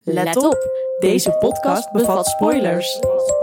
Let op, deze podcast bevat spoilers.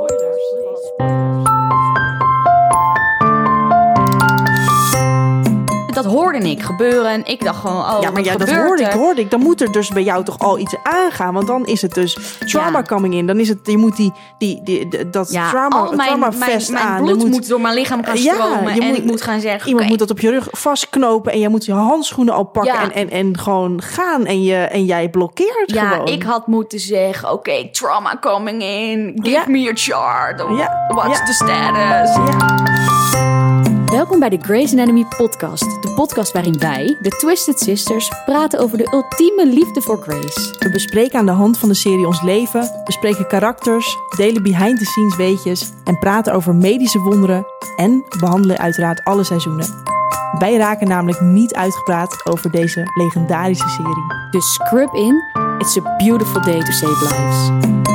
Dat hoorde ik gebeuren en ik dacht gewoon, ja, maar ja, dat hoorde ik. Dan moet er dus bij jou toch al iets aangaan. Want dan is het dus trauma coming in. Dan is het, je moet dat trauma vest aan. Mijn bloed moet door mijn lichaam gaan stromen. En ik moet gaan zeggen, iemand moet dat op je rug vastknopen. En jij moet je handschoenen al pakken en gewoon gaan. En jij blokkeert gewoon. Ja, ik had moeten zeggen, oké, trauma coming in. Give me your chart. What's the status? Ja. Welkom bij de Grey's Anatomy podcast. De podcast waarin wij, de Twisted Sisters, praten over de ultieme liefde voor Grace. We bespreken aan de hand van de serie ons leven, bespreken karakters, delen behind-the-scenes weetjes en praten over medische wonderen en behandelen uiteraard alle seizoenen. Wij raken namelijk niet uitgepraat over deze legendarische serie. Dus scrub in, it's a beautiful day to save lives.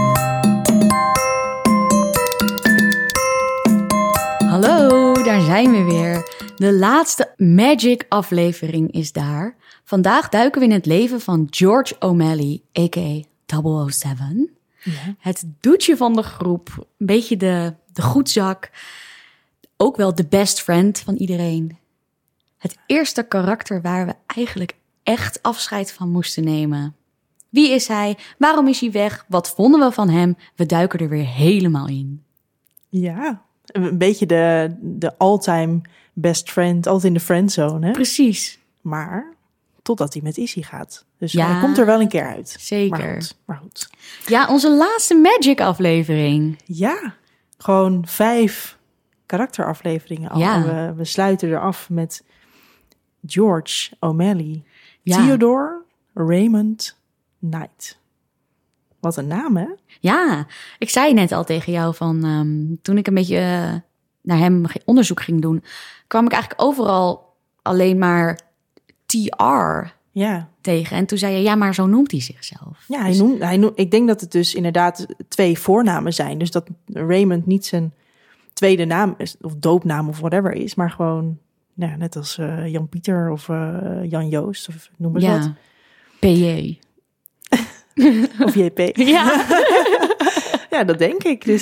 Hallo, daar zijn we weer. De laatste Magic aflevering is daar. Vandaag duiken we in het leven van George O'Malley, a.k.a. 007. Ja. Het doetje van de groep, een beetje de goedzak. Ook wel de best friend van iedereen. Het eerste karakter waar we eigenlijk echt afscheid van moesten nemen. Wie is hij? Waarom is hij weg? Wat vonden we van hem? We duiken er weer helemaal in. Ja, een beetje de all-time best friend, altijd in de friendzone, hè? Precies. Maar totdat hij met Izzy gaat. Dus hij komt er wel een keer uit. Zeker. Maar goed. Ja, onze laatste Magic aflevering. Ja, gewoon 5 karakterafleveringen al. Ja. We sluiten er af met George O'Malley. Ja. Theodore Raymond Knight. Wat een naam, hè? Ja, ik zei net al tegen jou van toen ik een beetje naar hem onderzoek ging doen, kwam ik eigenlijk overal alleen maar TR tegen. En toen zei je, ja, maar zo noemt hij zichzelf. Ja, hij noemt, ik denk dat het dus inderdaad 2 voornamen zijn. Dus dat Raymond niet zijn tweede naam is, of doopnaam of whatever is, maar gewoon net als Jan Pieter of Jan Joost of noem maar wat. PJ. Of JP. Ja. Ja, dat denk ik. Dus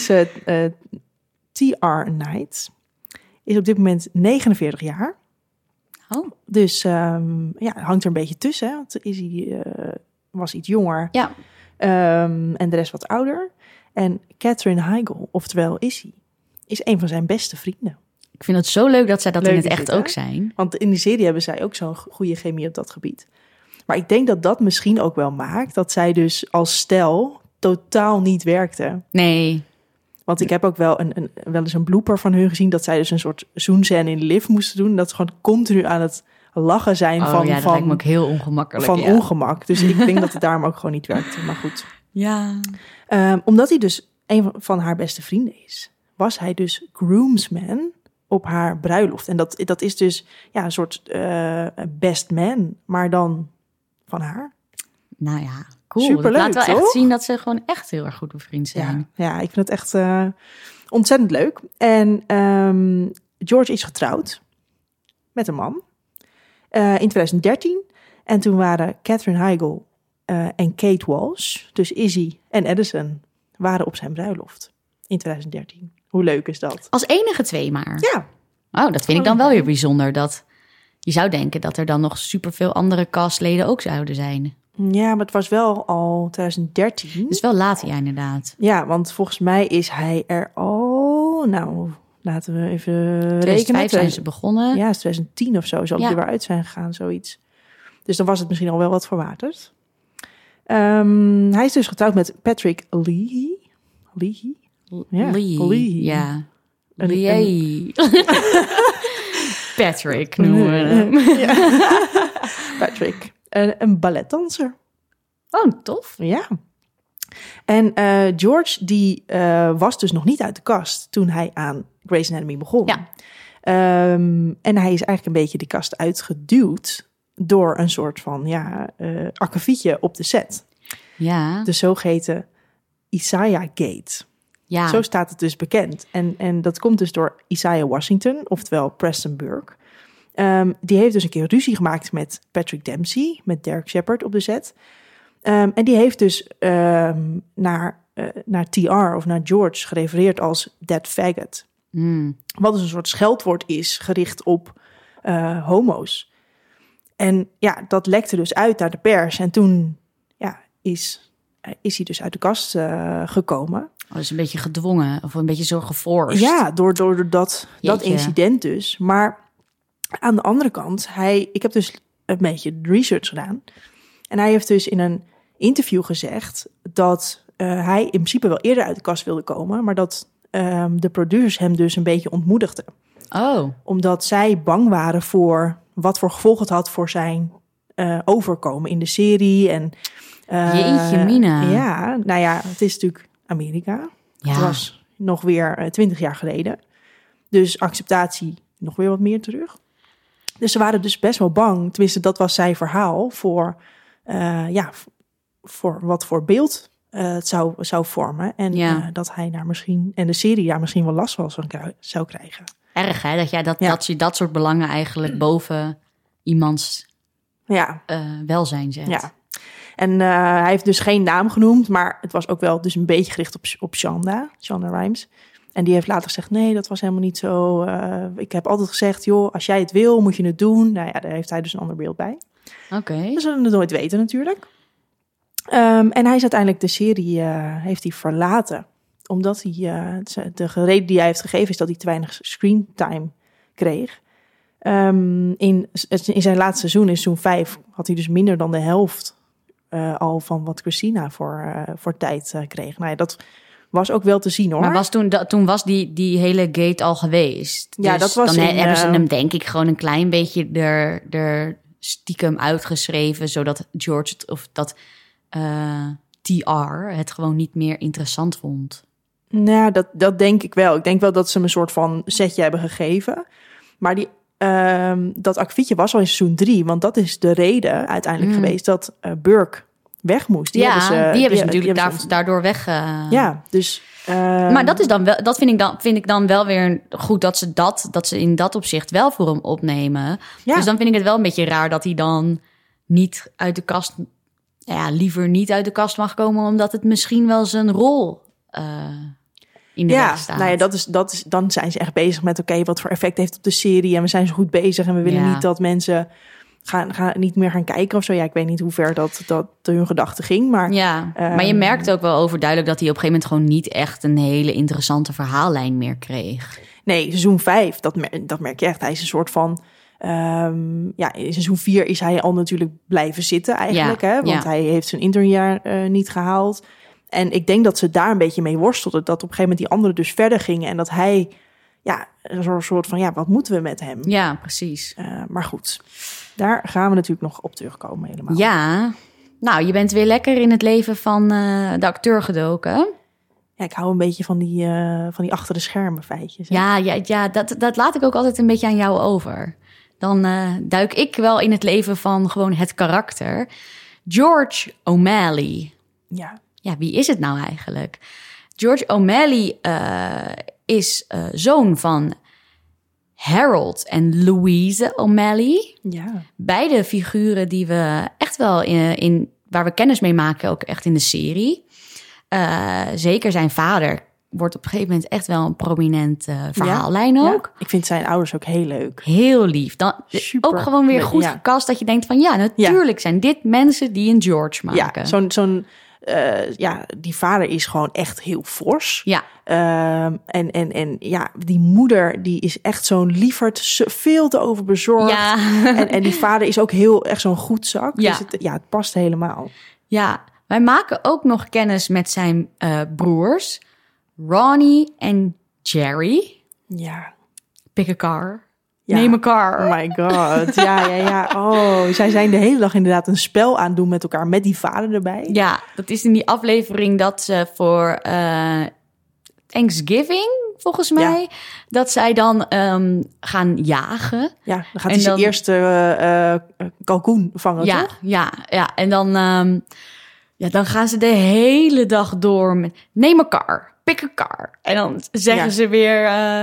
TR Knight is op dit moment 49 jaar. Oh. Dus hangt er een beetje tussen. Hè? Want Izzy was iets jonger. Ja. En de rest wat ouder. En Catherine Heigl, oftewel Izzy, is een van zijn beste vrienden. Ik vind het zo leuk dat zij dat in het echt ook zijn. Want in die serie hebben zij ook zo'n goede chemie op dat gebied. Maar ik denk dat dat misschien ook wel maakt dat zij dus als stel totaal niet werkte. Nee. Want ik heb ook wel eens een blooper van hun gezien dat zij dus een soort zoenscène in de lift moesten doen. Dat ze gewoon continu aan het lachen zijn dat lijkt me ook heel ongemakkelijk. Van ongemak. Dus ik denk dat het daarom ook gewoon niet werkte. Maar goed. Ja. Omdat hij dus een van haar beste vrienden is, was hij dus groomsman op haar bruiloft. En dat is dus een soort best man, maar dan van haar. Nou ja, cool. Superleuk, dat laat wel toch? echt zien dat ze gewoon echt heel erg goed bevriend zijn. Ja, ik vind het echt ontzettend leuk. En George is getrouwd met een man in 2013. En toen waren Catherine Heigl en Kate Walsh, dus Izzy en Addison, waren op zijn bruiloft in 2013. Hoe leuk is dat? Als enige 2 maar? Ja. Oh, dat vind ik dan wel weer bijzonder. Dat je zou denken dat er dan nog superveel andere castleden ook zouden zijn. Ja, maar het was wel al 2013. Dus wel later, ja, inderdaad. Ja, want volgens mij is hij er al... Nou, laten we even 2005 rekenen. zijn ze begonnen. Ja, 2010 of zo zal hij er weer uit zijn gegaan, zoiets. Dus dan was het misschien al wel wat verwaterd. Hij is dus getrouwd met Patrick Leahy. Leahy? Ja, Leahy. Ja. Leahy. Patrick noemen we hem. Ja. Patrick. Een balletdanser. Oh, tof. Ja. En George, die was dus nog niet uit de kast toen hij aan Grey's Anatomy begon. Ja. En hij is eigenlijk een beetje de kast uitgeduwd door een soort van akkefietje op de set. Ja. De zogeheten Isaiah Gate. Ja. Zo staat het dus bekend. En dat komt dus door Isaiah Washington, oftewel Preston Burke. Die heeft dus een keer ruzie gemaakt met Patrick Dempsey, met Derek Shepherd op de set. En die heeft dus naar TR of naar George gerefereerd als that faggot. Wat dus een soort scheldwoord is gericht op homo's. En ja, dat lekte dus uit naar de pers. En toen is hij dus uit de kast gekomen. Dus een beetje gedwongen of een beetje zo geforced. Ja, door dat incident dus. Maar aan de andere kant, ik heb dus een beetje research gedaan. En hij heeft dus in een interview gezegd dat hij in principe wel eerder uit de kast wilde komen, maar dat de producers hem dus een beetje ontmoedigden. Oh. Omdat zij bang waren voor wat voor gevolg het had voor zijn overkomen in de serie. En, Jeetje mina. Ja, nou ja, het is natuurlijk Amerika. Ja. Het was nog weer 20 jaar geleden. Dus acceptatie nog weer wat meer terug. Dus ze waren dus best wel bang. Tenminste, dat was zijn verhaal voor wat voor beeld het zou vormen. En dat hij daar misschien, en de serie daar misschien wel last van zou krijgen. Erg hè, dat je dat soort belangen eigenlijk boven iemands welzijn zet. Ja. En hij heeft dus geen naam genoemd, maar het was ook wel dus een beetje gericht op Shonda Rhimes. En die heeft later gezegd, nee, dat was helemaal niet zo. Ik heb altijd gezegd, joh, als jij het wil, moet je het doen. Nou ja, daar heeft hij dus een ander beeld bij. Oké. We zullen het nooit weten natuurlijk. En hij is uiteindelijk de serie heeft hij verlaten. Omdat hij, de reden die hij heeft gegeven is dat hij te weinig screentime kreeg. In zijn laatste seizoen, in seizoen 5, had hij dus minder dan de helft al van wat Christina voor tijd kreeg. Nou ja, dat was ook wel te zien hoor. Maar toen was die hele gate al geweest. Ja, dus dat was dan hebben ze hem denk ik gewoon een klein beetje er stiekem uitgeschreven, zodat George TR het gewoon niet meer interessant vond. Nou, dat denk ik wel. Ik denk wel dat ze hem een soort van setje hebben gegeven. Maar dat akkefietje was al in seizoen 3. Want dat is de reden uiteindelijk geweest dat Burke weg moest. Die hebben ze natuurlijk daardoor weg. Ja, dus. Maar dat is dan wel. Dat vind ik dan wel weer goed dat ze in dat opzicht wel voor hem opnemen. Ja. Dus dan vind ik het wel een beetje raar dat hij dan niet uit de kast. Ja, liever niet uit de kast mag komen, omdat het misschien wel zijn rol in de weg staat. Nou ja, dan zijn ze echt bezig met oké, wat voor effect heeft het op de serie en we zijn zo goed bezig en we willen niet dat mensen niet meer gaan kijken of zo. Ja, ik weet niet hoe ver dat hun gedachte ging, maar maar je merkt ook wel overduidelijk dat hij op een gegeven moment gewoon niet echt een hele interessante verhaallijn meer kreeg. Nee, seizoen 5, dat merk je echt. Hij is een soort van in seizoen 4 is hij al natuurlijk blijven zitten eigenlijk. Hè? Want hij heeft zijn internjaar niet gehaald. En ik denk dat ze daar een beetje mee worstelden. Dat op een gegeven moment die anderen dus verder gingen. En dat hij, een soort van, wat moeten we met hem? Ja, precies. Maar goed, daar gaan we natuurlijk nog op terugkomen helemaal. Ja, nou, je bent weer lekker in het leven van de acteur gedoken. Ja, ik hou een beetje van die achter de schermen feitjes. Hè? Ja, dat laat ik ook altijd een beetje aan jou over. Dan duik ik wel in het leven van gewoon het karakter. George O'Malley. Ja, wie is het nou eigenlijk? George O'Malley is zoon van Harold en Louise O'Malley. Ja. Beide figuren die we echt wel waar we kennis mee maken, ook echt in de serie. Zeker zijn vader wordt op een gegeven moment echt wel een prominent verhaallijn ook. Ja, ik vind zijn ouders ook heel leuk. Heel lief. Super ook gewoon weer goed gecast dat je denkt van natuurlijk zijn dit mensen die een George maken. Ja, die vader is gewoon echt heel fors. Ja. En die moeder die is echt zo'n lieverd, veel te overbezorgd. Ja. En die vader is ook echt zo'n goedzak. Ja. Dus het past helemaal. Ja, wij maken ook nog kennis met zijn broers, Ronnie en Jerry. Ja. Pick a car. Neem een car. Oh my god. Ja. Oh, zij zijn de hele dag inderdaad een spel aan doen met elkaar, met die vader erbij. Ja, dat is in die aflevering dat ze voor Thanksgiving, volgens mij, dat zij dan gaan jagen. Ja, dan gaat hij zijn eerste kalkoen vangen, toch? Ja. En dan gaan ze de hele dag door met neem een car. pick a car. En dan zeggen ze weer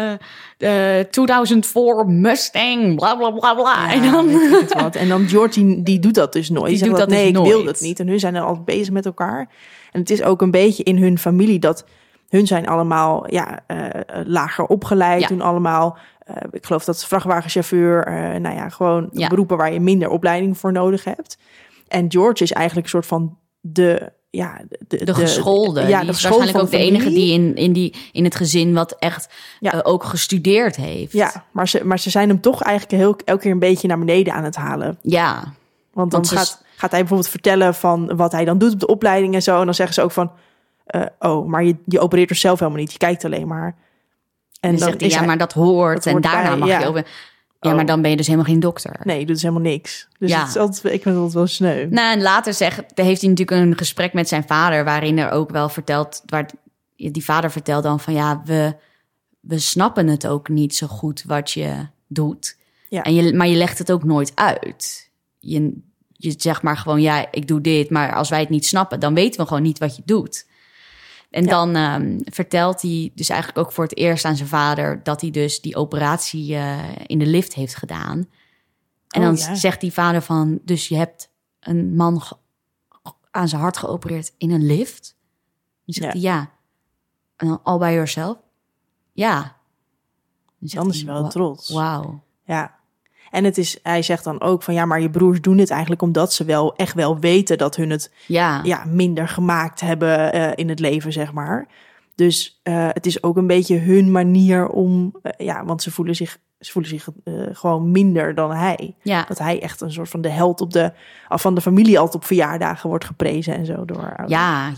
de 2004 Mustang, bla bla bla bla. Ja, en dan weet ik het wat. En dan George, die doet dat dus nooit. Die zegt doet dat nee, dus ik wil nooit. dat niet. En hun zijn er altijd bezig met elkaar. En het is ook een beetje in hun familie dat hun zijn allemaal lager opgeleid. Doen allemaal, ik geloof dat vrachtwagenchauffeur, gewoon beroepen waar je minder opleiding voor nodig hebt. En George is eigenlijk een soort van de geschoolde. Die is waarschijnlijk ook de enige die in het gezin wat echt ook gestudeerd heeft. Ja, maar ze zijn hem toch eigenlijk elke keer een beetje naar beneden aan het halen. Ja. Want dan gaat hij bijvoorbeeld vertellen van wat hij dan doet op de opleiding en zo. En dan zeggen ze ook van, maar je opereert er zelf helemaal niet. Je kijkt alleen maar. En dan zegt hij, maar dat hoort. En daarna mag je ook... Ja, maar dan ben je dus helemaal geen dokter. Nee, je doet dus helemaal niks. Dus het is altijd, ik vind het wel sneu. Nou, en later heeft hij natuurlijk een gesprek met zijn vader... waarin er ook wel vertelt... waar die vader vertelt dan van... we snappen het ook niet zo goed wat je doet. Ja. Maar je legt het ook nooit uit. Je zegt maar gewoon, ik doe dit... maar als wij het niet snappen, dan weten we gewoon niet wat je doet. En dan vertelt hij dus eigenlijk ook voor het eerst aan zijn vader... dat hij dus die operatie in de lift heeft gedaan. En dan zegt die vader van... dus je hebt een man aan zijn hart geopereerd in een lift? Dan zegt hij En dan all by yourself? Ja. Dan is hij wel trots. Wauw. Ja. En hij zegt dan ook van maar je broers doen dit eigenlijk omdat ze echt wel weten dat hun het minder gemaakt hebben in het leven, zeg maar. Dus het is ook een beetje hun manier om, want ze voelen zich gewoon minder dan hij. Ja. Dat hij echt een soort van de held van de familie altijd op verjaardagen wordt geprezen en zo door ouders.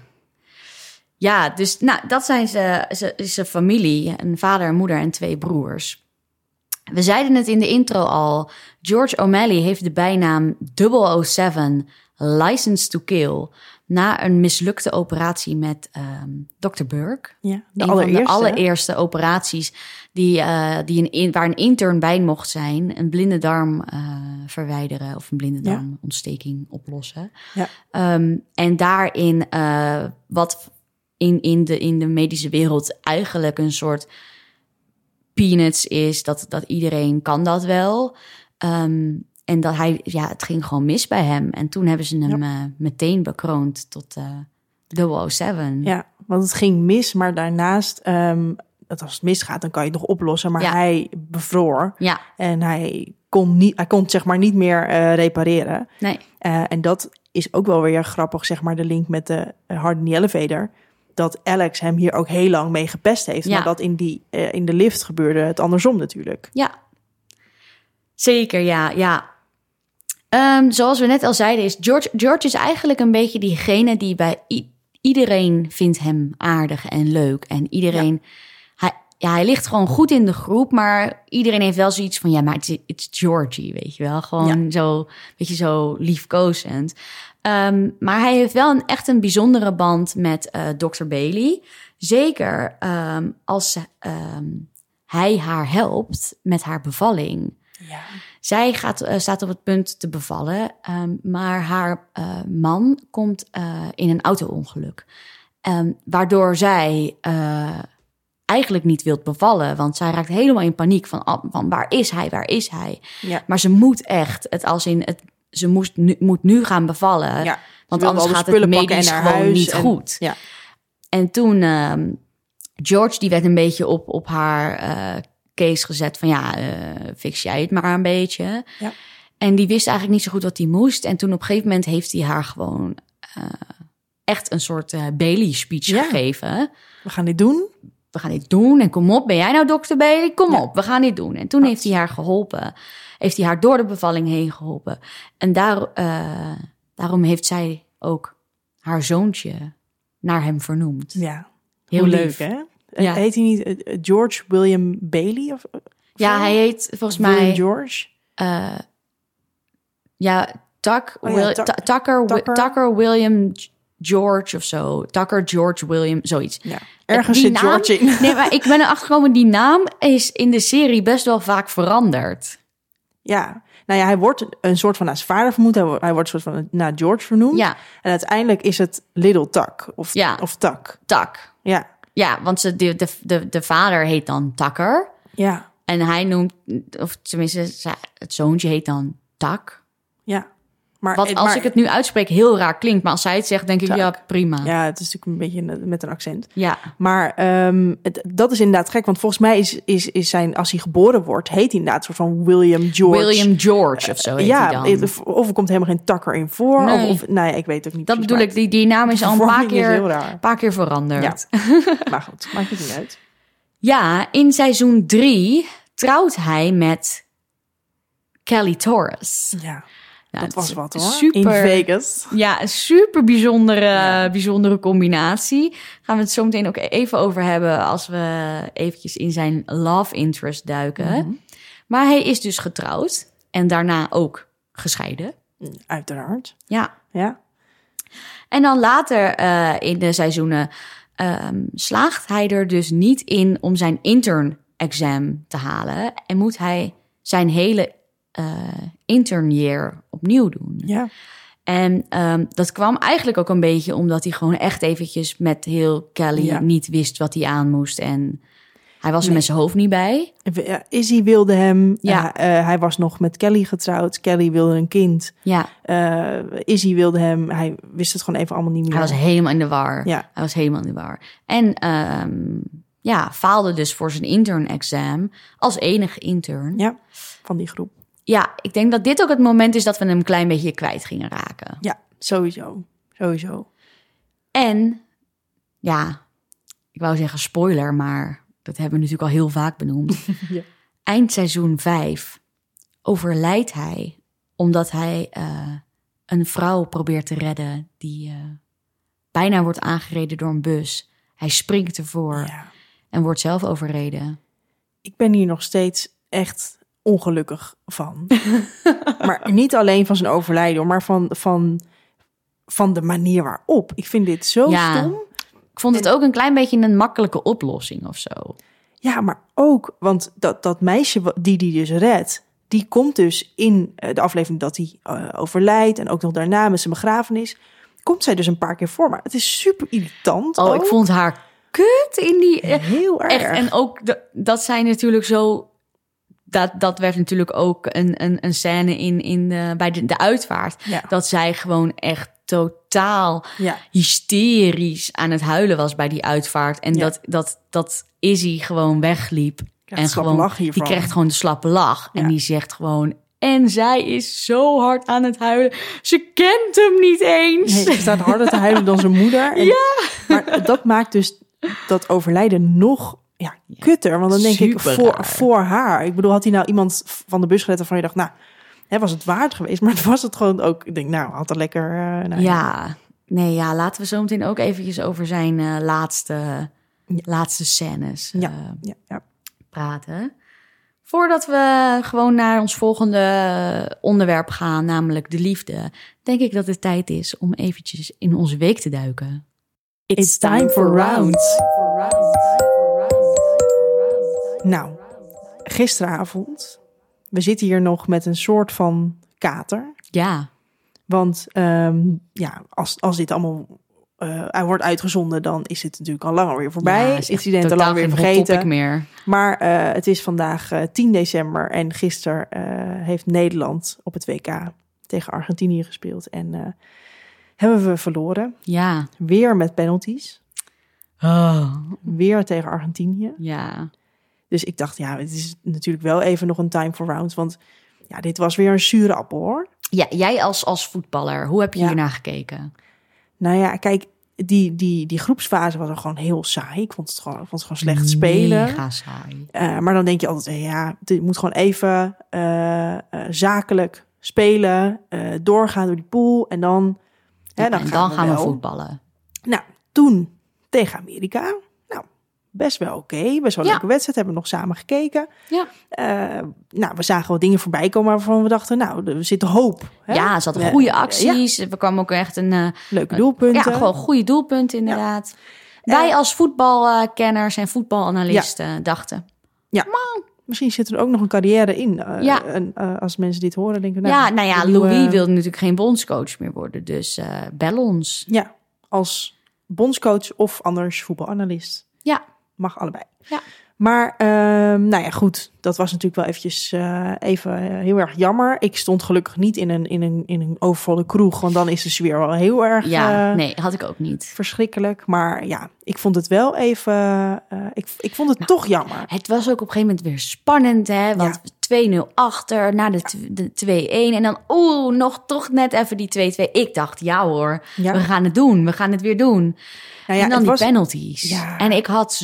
Ja, dus dat zijn ze familie, een vader, een moeder en 2 broers. We zeiden het in de intro al. George O'Malley heeft de bijnaam 007, License to Kill... na een mislukte operatie met Dr. Burke. Ja, van de allereerste operaties waar een intern bij mocht zijn. Een blinde darm verwijderen of een blinde darmontsteking oplossen. Ja. En daarin wat in de medische wereld eigenlijk een soort... peanuts is, dat iedereen kan dat wel. En dat het ging gewoon mis bij hem. En toen hebben ze hem meteen bekroond tot 007. Ja, want het ging mis, maar daarnaast... dat als het misgaat, dan kan je het nog oplossen. Maar hij bevroor. Ja. En hij kon zeg maar niet meer repareren. Nee. En dat is ook wel weer grappig, zeg maar, de link met de Hard in the Elevator... dat Alex hem hier ook heel lang mee gepest heeft. Ja. Maar dat in de lift gebeurde het andersom natuurlijk. Ja, zeker, ja. Zoals we net al zeiden, is George is eigenlijk een beetje diegene die bij iedereen vindt hem aardig en leuk. En iedereen... Ja. Hij ligt gewoon goed in de groep, maar iedereen heeft wel zoiets van... maar it's Georgie, weet je wel. Gewoon zo, beetje zo liefkozend. Maar hij heeft wel echt een bijzondere band met Dr. Bailey. Zeker als hij haar helpt met haar bevalling. Ja. Zij staat op het punt te bevallen, maar haar man komt in een auto-ongeluk. Waardoor zij eigenlijk niet wilt bevallen, want zij raakt helemaal in paniek van waar is hij? Ja. Maar ze moet echt, ze moet nu gaan bevallen, want anders gaat het medisch gewoon niet goed. Ja. En toen, George die werd een beetje op haar case gezet van fix jij het maar een beetje. Ja. En die wist eigenlijk niet zo goed wat hij moest. En toen op een gegeven moment heeft hij haar gewoon echt een soort Bailey speech gegeven. We gaan dit doen. We gaan dit doen en kom op. Ben jij nou Dr. Bailey? Kom op, we gaan dit doen. En toen heeft hij haar geholpen. Heeft hij haar door de bevalling heen geholpen. En daarom heeft zij ook haar zoontje naar hem vernoemd. Ja, heel leuk hè? Ja. Heet hij niet George William Bailey? Of hij heet volgens William mij... George? Tucker William George of zo. Tucker George William, zoiets. Ja. Ergens zit George in. Nee, maar ik ben erachter gekomen, die naam is in de serie best wel vaak veranderd. Ja, hij wordt een soort van naar zijn vader vernoemd. Hij wordt een soort van naar George vernoemd. Ja. En uiteindelijk is het Little Tuck of Tuck. Tuck. Ja. Ja, want de vader heet dan Tucker. Ja, En hij noemt, of tenminste, het zoontje heet dan Tak. ja. Maar, Wat als ik het nu uitspreek heel raar klinkt. Maar als zij het zegt, denk ik, Tak. ja, prima. Ja, het is natuurlijk een beetje met een accent. Ja. Maar dat is inderdaad gek. Want volgens mij is zijn, als hij geboren wordt, heet hij inderdaad een soort van William George. William George of zo heet hij dan. Of er komt helemaal geen Tucker in voor. Nee. Of nou ja, ik weet het ook niet. Dat precies, bedoel ik, die naam is al een verwarring is heel raar. paar keer veranderd. Ja. Maar goed, maakt het niet uit. Ja, in seizoen 3 trouwt hij met Kelly Torres. Ja, Ja, dat was wat hoor. Super, in Vegas. Ja, een super bijzondere combinatie. Gaan we het zo meteen ook even over hebben als we eventjes in zijn love interest duiken. Mm-hmm. Maar hij is dus getrouwd en daarna ook gescheiden. Uiteraard. Ja. Ja. En dan later in de seizoenen slaagt hij er dus niet in om zijn intern-exam te halen. En moet hij zijn hele intern year opnieuw doen. Ja. En dat kwam eigenlijk ook een beetje omdat hij gewoon echt eventjes met heel Kelly niet wist wat hij aan moest. En hij was er met zijn hoofd niet bij. Izzy wilde hem. Ja. Hij was nog met Kelly getrouwd. Kelly wilde een kind. Ja, Izzy wilde hem. Hij wist het gewoon even allemaal niet meer. hij was helemaal in de war. Ja. Hij was helemaal in de war. En faalde dus voor zijn intern-exam als enige intern. Ja, van die groep. Ja, ik denk dat dit ook het moment is dat we hem een klein beetje kwijt gingen raken. Ja, sowieso. Sowieso. En, ja, ik wou zeggen spoiler, maar dat hebben we natuurlijk al heel vaak benoemd. Ja. Eind seizoen 5 overlijdt hij omdat hij een vrouw probeert te redden die bijna wordt aangereden door een bus. Hij springt ervoor Ja. en wordt zelf overreden. Ik ben hier nog steeds echt ongelukkig van. Maar niet alleen van zijn overlijden, maar van de manier waarop. Ik vind dit zo stom. Ik vond het ook een klein beetje een makkelijke oplossing of zo. Ja, maar ook, want dat meisje die dus redt, die komt dus in de aflevering dat hij overlijdt en ook nog daarna met zijn begrafenis, komt zij dus een paar keer voor. Maar het is super irritant. Oh, ook. ik vond haar kut in die... Heel erg. Echt, en ook dat zij natuurlijk zo... Dat werd natuurlijk ook een scène bij de uitvaart. Ja. Dat zij gewoon echt totaal Ja. hysterisch aan het huilen was bij die uitvaart. En Ja. dat Izzy gewoon wegliep. Krijgt En slappe gewoon, lach hiervan. die krijgt gewoon de slappe lach. Ja. En die zegt gewoon... En zij is zo hard aan het huilen. Ze kent hem niet eens. Nee, ze staat harder te huilen dan zijn moeder. En, maar dat maakt dus dat overlijden nog kutter. Want dan denk ik, voor haar. Ik bedoel, had hij nou iemand van de bus gelet waarvan je dacht, nou, was het waard geweest? Maar het was het gewoon ook. Ik denk, nou, had er lekker... Laten we zo meteen ook eventjes over zijn laatste scènes praten. Voordat we gewoon naar ons volgende onderwerp gaan, namelijk de liefde, denk ik dat het tijd is om eventjes in onze week te duiken. It's time for rounds. Nou, gisteravond, we zitten hier nog met een soort van kater. Ja. Want als dit allemaal wordt uitgezonden, dan is het natuurlijk al langer weer voorbij. Ja, is iedereen al lang weer vergeten. Meer. Maar het is vandaag 10 december en gisteren heeft Nederland op het WK tegen Argentinië gespeeld. En hebben we verloren. Ja. Weer met penalties. Oh. Weer tegen Argentinië. Ja. Dus ik dacht, het is natuurlijk wel even nog een time for rounds. Want dit was weer een zure appel, hoor. Ja, jij als voetballer, hoe heb je hiernaar gekeken? Nou ja, kijk, die groepsfase was gewoon heel saai. Ik vond het gewoon slecht spelen. Mega saai. Maar dan denk je altijd, het moet gewoon even zakelijk spelen. Doorgaan door die pool. En dan, dan gaan we voetballen. Nou, toen tegen Amerika. Nou, best wel oké. Best wel een leuke wedstrijd. Hebben we nog samen gekeken. Ja. We zagen wat dingen voorbij komen waarvan we dachten, er zit hoop. Hè? Ja, ze hadden goede acties. We kwamen ook echt een... leuke doelpunten. Ja, gewoon goede doelpunten inderdaad. Ja. Wij als voetbalkenners en voetbalanalisten dachten... Ja, misschien zit er ook nog een carrière in. Als mensen dit horen, denken... Louis wilde natuurlijk geen bondscoach meer worden. Dus bel ons. Ja, als bondscoach of anders voetbalanalist. Ja. Mag allebei. Ja. Maar, nou ja, goed. Dat was natuurlijk wel eventjes even heel erg jammer. Ik stond gelukkig niet in een overvolle kroeg. Want dan is de sfeer wel heel erg... Ja, nee, had ik ook niet. Verschrikkelijk. Maar ja, ik vond het wel even... Ik vond het toch jammer. Het was ook op een gegeven moment weer spannend, hè? Want 2-0 achter, na de 2-1. En dan, nog toch net even die 2-2. Ik dacht, ja hoor, we gaan het doen. We gaan het weer doen. Nou ja, en dan die penalties. Ja. En ik had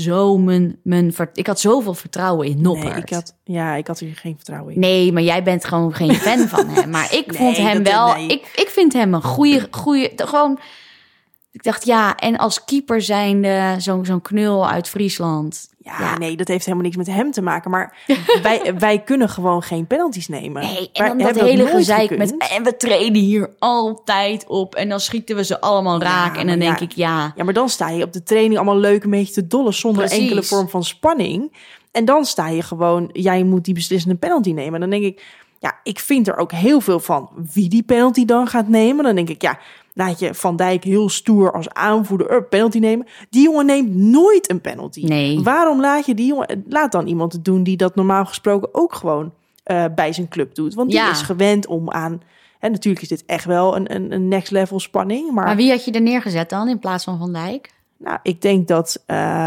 ik had zoveel vertrouwen in Noppert. Nee, ik had hier geen vertrouwen in. Nee, maar jij bent gewoon geen fan van hem. Maar ik vond hem wel... Nee. Ik vind hem een goede... Gewoon... Ik dacht, ja, en als keeper zijnde zo'n knul uit Friesland. Ja, nee, dat heeft helemaal niks met hem te maken. Maar wij kunnen gewoon geen penalties nemen. Nee, en dan dat hele gezeik met... En we trainen hier altijd op. En dan schieten we ze allemaal raak. En dan denk ik, Ja, maar dan sta je op de training allemaal leuk een beetje te dollen... zonder enkele vorm van spanning. En dan sta je gewoon... Jij moet die beslissende penalty nemen. En dan denk ik... Ja, ik vind er ook heel veel van wie die penalty dan gaat nemen. Dan denk ik, ja... Laat je Van Dijk heel stoer als aanvoerder penalty nemen. Die jongen neemt nooit een penalty. Nee. Waarom laat je die jongen... Laat dan iemand het doen die dat normaal gesproken ook gewoon bij zijn club doet. Want die is gewend om aan... En natuurlijk is dit echt wel een next level spanning. Maar wie had je er neergezet dan in plaats van Van Dijk? Nou, ik denk dat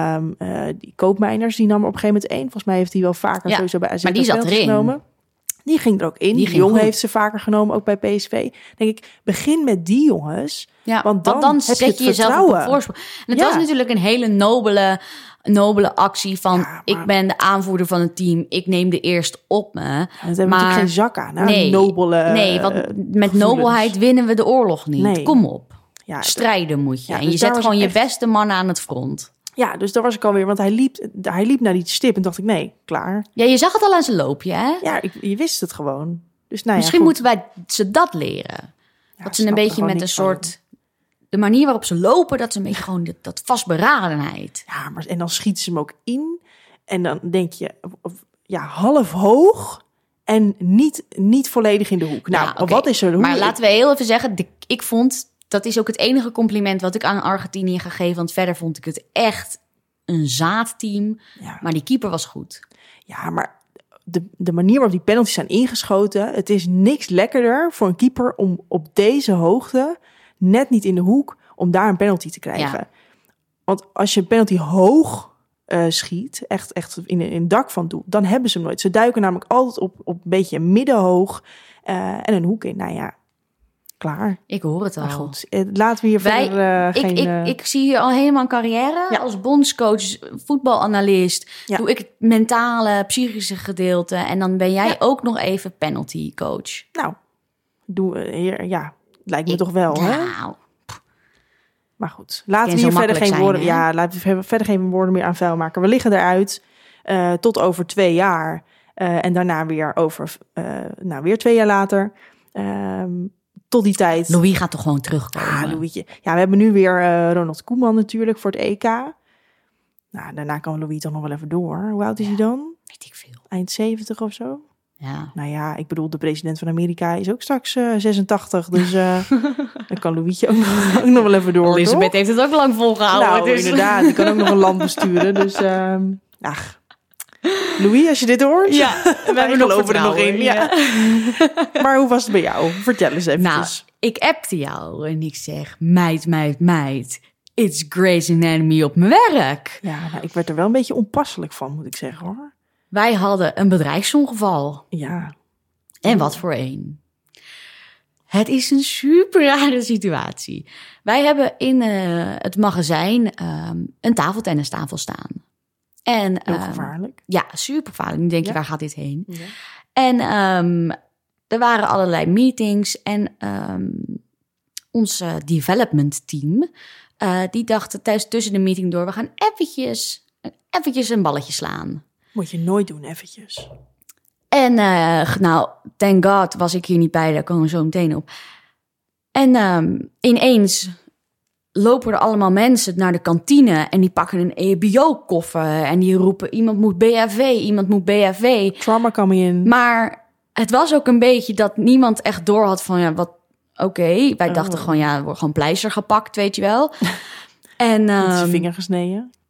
die Koopmeiners, die nam er op een gegeven moment 1. Volgens mij heeft hij wel vaker sowieso bij AZ maar die zat erin. Genomen. Die ging er ook in. Die jongen heeft ze vaker genomen, ook bij PSV. Denk ik, begin met die jongens. Ja, want dan zet je jezelf op de voorsprong. En het was natuurlijk een hele nobele actie van... Ja, maar... ik ben de aanvoerder van het team. Ik neem de eerst op me. Ja, dat hebben we natuurlijk geen zak aan. Nou, nee, nobele, nee, want met nobelheid winnen we de oorlog niet. Nee. Kom op. Ja, strijden moet je. Ja, en je zet gewoon je beste mannen aan het front. Ja, dus daar was ik alweer, want hij liep naar die stip en dacht ik, nee, klaar. Ja, je zag het al aan zijn loopje, hè? Ja, je wist het gewoon. Dus, nou misschien moeten wij ze dat leren. Ja, dat ze een beetje met een soort... De manier waarop ze lopen, dat ze een beetje gewoon dat vastberadenheid. Ja, maar en dan schieten ze hem ook in. En dan denk je, half hoog en niet volledig in de hoek. Nou, okay. Wat is er? Maar laten we heel even zeggen, ik vond... Dat is ook het enige compliment wat ik aan Argentinië ga geven. Want verder vond ik het echt een zaadteam. Ja. Maar die keeper was goed. Ja, maar de manier waarop die penalties zijn ingeschoten... Het is niks lekkerder voor een keeper om op deze hoogte... net niet in de hoek, om daar een penalty te krijgen. Ja. Want als je een penalty hoog schiet... echt in het dak van doel, dan hebben ze hem nooit. Ze duiken namelijk altijd op een beetje middenhoog en een hoek in. Nou ja... Klaar. Ik hoor het al. Maar goed, laten we hier verder Ik zie hier al helemaal een carrière. Als bondscoach, voetbalanalist. Ja. Doe ik het mentale, psychische gedeelte. En dan ben jij ook nog even penalty coach. Nou, lijkt me toch wel, hè? Maar goed, laten we hier verder geen woorden... Hè? Ja, laten we verder geen woorden meer aan vuil maken. We liggen eruit tot over 2 jaar. En daarna weer weer 2 jaar later... tot die tijd... Louis gaat toch gewoon terugkomen? Ah, Louietje. Ja, we hebben nu weer Ronald Koeman natuurlijk voor het EK. Nou, daarna kan Louis toch nog wel even door. Hoe oud is hij dan? Weet ik veel. Eind 70 of zo? Ja. Nou ja, ik bedoel, de president van Amerika is ook straks 86. Dus dan kan Louietje ook nog wel even door. Elizabeth heeft het ook lang volgehouden. Nou, dus. Inderdaad. Die kan ook nog een land besturen. Dus, Louis, als je dit hoort. Ja, we hebben geloven er nog in. Ja. Maar hoe was het bij jou? Vertel eens even. Nou, ik appte jou en ik zeg... Meid. It's Grey's Anatomy op mijn werk. Ja, nou, ik werd er wel een beetje onpasselijk van, moet ik zeggen, hoor. Wij hadden een bedrijfsongeval. Ja. En wat voor een. Het is een super rare situatie. Wij hebben in het magazijn een tafeltennistafel staan. En, heel gevaarlijk. Ja, super gevaarlijk. Nu denk je, waar gaat dit heen? Ja. En er waren allerlei meetings. En ons development team... die dachten tussen de meeting door... we gaan eventjes een balletje slaan. Moet je nooit doen, eventjes. En thank God was ik hier niet bij. Daar komen we zo meteen op. En ineens... lopen er allemaal mensen naar de kantine... en die pakken een EHBO-koffer... en die roepen, iemand moet BHV. Trauma coming in. Maar het was ook een beetje dat niemand echt door had van... ja, wat, oké. Wij dachten gewoon, er wordt gewoon pleister gepakt, weet je wel. En zijn vinger gesneden?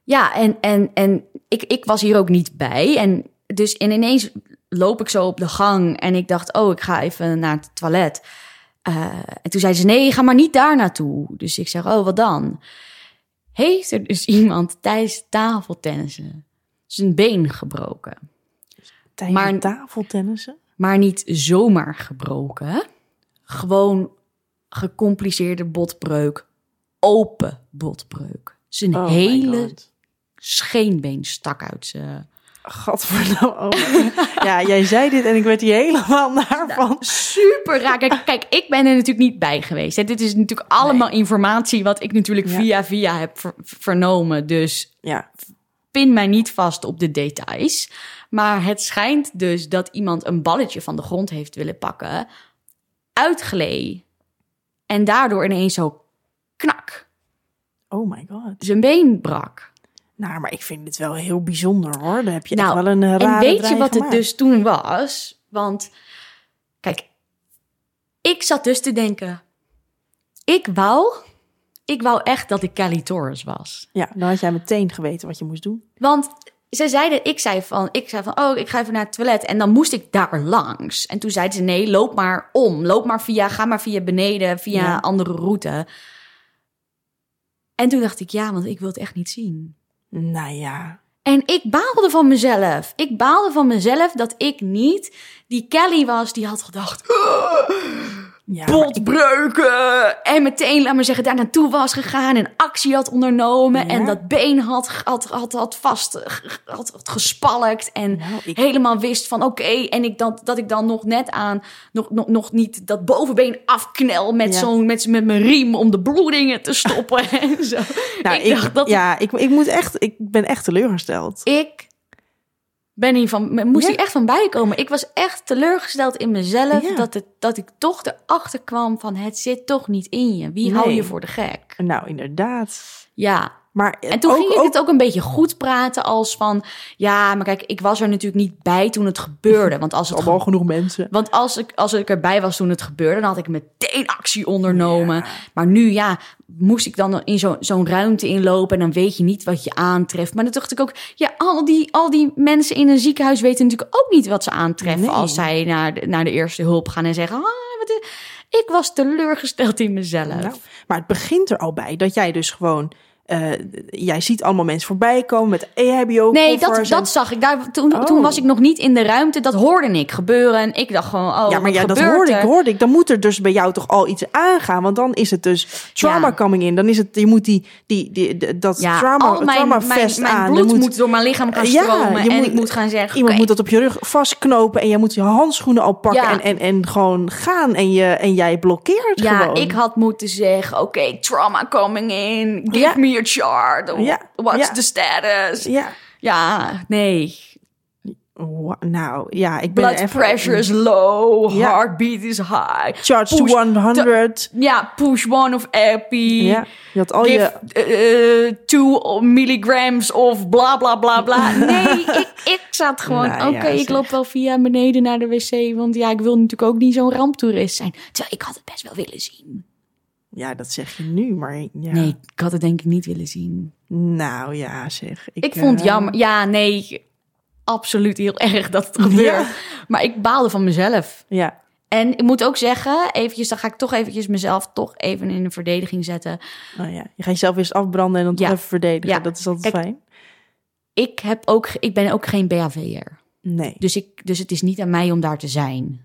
Ja, en ik was hier ook niet bij. En dus ineens loop ik zo op de gang en ik dacht, ik ga even naar het toilet. En toen zei ze, nee, ga maar niet daar naartoe. Dus ik zeg, wat dan? Heeft er dus iemand tijdens tafeltennissen zijn been gebroken? Tijdens tafeltennissen? Maar niet zomaar gebroken. Gewoon gecompliceerde botbreuk. Open botbreuk. Zijn hele scheenbeen stak uit zijn... Gadverdamme. Ja, jij zei dit en ik werd hier helemaal naar van. Super raar. Kijk, ik ben er natuurlijk niet bij geweest. Hè. Dit is natuurlijk allemaal informatie wat ik natuurlijk via heb vernomen. Dus pin mij niet vast op de details. Maar het schijnt dus dat iemand een balletje van de grond heeft willen pakken, uitgleed en daardoor ineens zo knak. Oh my god. Zijn been brak. Nou, maar ik vind het wel heel bijzonder, hoor. Dan heb je echt wel een rare en weet je wat gemaakt. het dus toen was? Want, kijk, ik zat dus te denken, ik wou echt dat ik Kelly Torres was. Ja, dan had jij meteen geweten wat je moest doen. Want ik zei van, ik ga even naar het toilet en dan moest ik daar langs. En toen zeiden ze, nee, loop maar om. Ga maar via beneden, via een andere route. En toen dacht ik, want ik wil het echt niet zien. Nou ja. En ik baalde van mezelf. Ik baalde van mezelf dat ik niet die Kelly was die had gedacht, botbreuken. En meteen, laat maar zeggen, daar naartoe was gegaan en actie had ondernomen. En dat been had gespalkt. En helemaal wist van oké. En dat ik dan nog net aan, nog niet dat bovenbeen afknel met mijn riem om de bloedingen te stoppen. En zo. Nou, ik ben echt teleurgesteld. Ik ben moest hier echt van bijkomen. Ik was echt teleurgesteld in mezelf dat ik toch erachter kwam van het zit toch niet in je. Wie hou je voor de gek? Nou, inderdaad. Ja. Maar en toen ging ik het ook een beetje goed praten als van, maar kijk, ik was er natuurlijk niet bij toen het gebeurde. Want als het allemaal genoeg mensen. Want als ik erbij was toen het gebeurde, dan had ik meteen actie ondernomen. Ja. Maar nu, moest ik dan in zo'n ruimte inlopen en dan weet je niet wat je aantreft. Maar dan dacht ik ook, al die mensen in een ziekenhuis weten natuurlijk ook niet wat ze aantreffen als zij naar de eerste hulp gaan en zeggen, ik was teleurgesteld in mezelf. Nou, maar het begint er al bij dat jij dus gewoon, jij ziet allemaal mensen voorbij komen met EHBO-koffers. Nee, dat zag ik. Toen was ik nog niet in de ruimte. Dat hoorde ik gebeuren. En ik dacht gewoon, dat hoorde ik. Dan moet er dus bij jou toch al iets aangaan. Want dan is het dus trauma coming in. Dan is het, je moet dat trauma-vest aan. Mijn bloed moet door mijn lichaam gaan stromen. En ik moet gaan zeggen, iemand moet dat op je rug vastknopen. En jij moet je handschoenen al pakken en gewoon gaan. En jij blokkeert gewoon. Ja, ik had moeten zeggen, oké, trauma coming in. Give me your chart. What's the status? Ja, nee. Nou, ik ben blood pressure is low, heartbeat is high. Charge to 100. Push 1 of epi. Ja, je had al je 2 milligrams of bla bla bla bla. Nee, ik zat gewoon, ik loop wel via beneden naar de wc, want ik wil natuurlijk ook niet zo'n ramptoerist zijn. Terwijl ik had het best wel willen zien. Ja, dat zeg je nu, maar nee, ik had het denk ik niet willen zien. Nou ja, zeg. Ik vond het jammer. Ja, nee, absoluut heel erg dat het gebeurt. Ja. Maar ik baalde van mezelf. Ja. En ik moet ook zeggen, dan ga ik toch eventjes mezelf toch even in de verdediging zetten. Oh ja, je gaat jezelf eerst afbranden en dan toch even verdedigen. Ja. Dat is altijd fijn. Ik ben ook geen BHV'er. Nee. Dus het is niet aan mij om daar te zijn.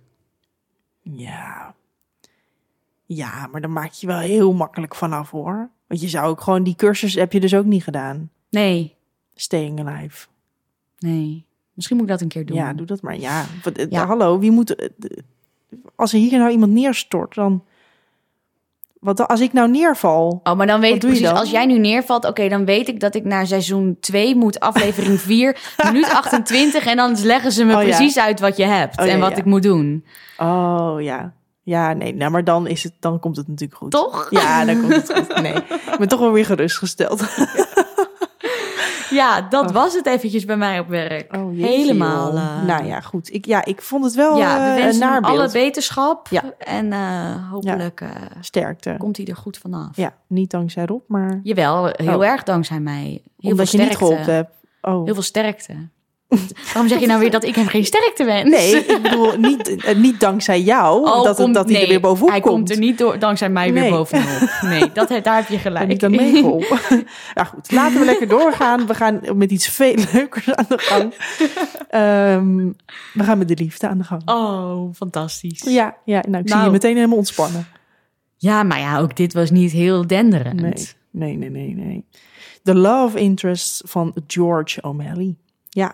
Ja, maar dan maak je wel heel makkelijk vanaf, hoor. Want je zou ook gewoon, die cursus heb je dus ook niet gedaan. Nee. Staying alive. Nee. Misschien moet ik dat een keer doen. Ja, doe dat maar. Ja. Hallo, wie moet... Als er hier nou iemand neerstort, dan... Wat als ik nou neerval? Oh, maar dan weet ik precies, als jij nu neervalt, oké, dan weet ik dat ik naar seizoen 2 moet, aflevering 4, minuut 28, en dan leggen ze me precies uit wat je hebt en wat ik moet doen. Oh, ja. Ja, nee, nou, maar dan komt het natuurlijk goed. Toch? Ja, dan komt het goed. Nee, ik ben toch wel weer gerustgesteld. Ja, dat was het eventjes bij mij op werk. Oh, jeetje, helemaal. Nou ja, goed. Ik vond het wel we wensen een nabeeld. Alle beterschap. Ja. En hopelijk sterkte. Komt hij er goed vanaf. Ja, niet dankzij Rob, maar... Jawel, heel erg dankzij mij. Omdat je niet geholpen hebt. Oh. Heel veel sterkte. Waarom zeg je nou weer dat ik hem geen sterkte wens? Nee, ik bedoel niet dankzij jou dat hij er weer bovenop hij komt er niet dankzij mij weer bovenop. Nee, daar heb je gelijk. Ben ik dan meegeholpen? Nou goed, laten we lekker doorgaan. We gaan met iets veel leukers aan de gang. We gaan met de liefde aan de gang. Oh, fantastisch. Ja, nou, ik zie je meteen helemaal ontspannen. Ja, maar ja, ook dit was niet heel denderend. Nee. The love interest van George O'Malley. Ja,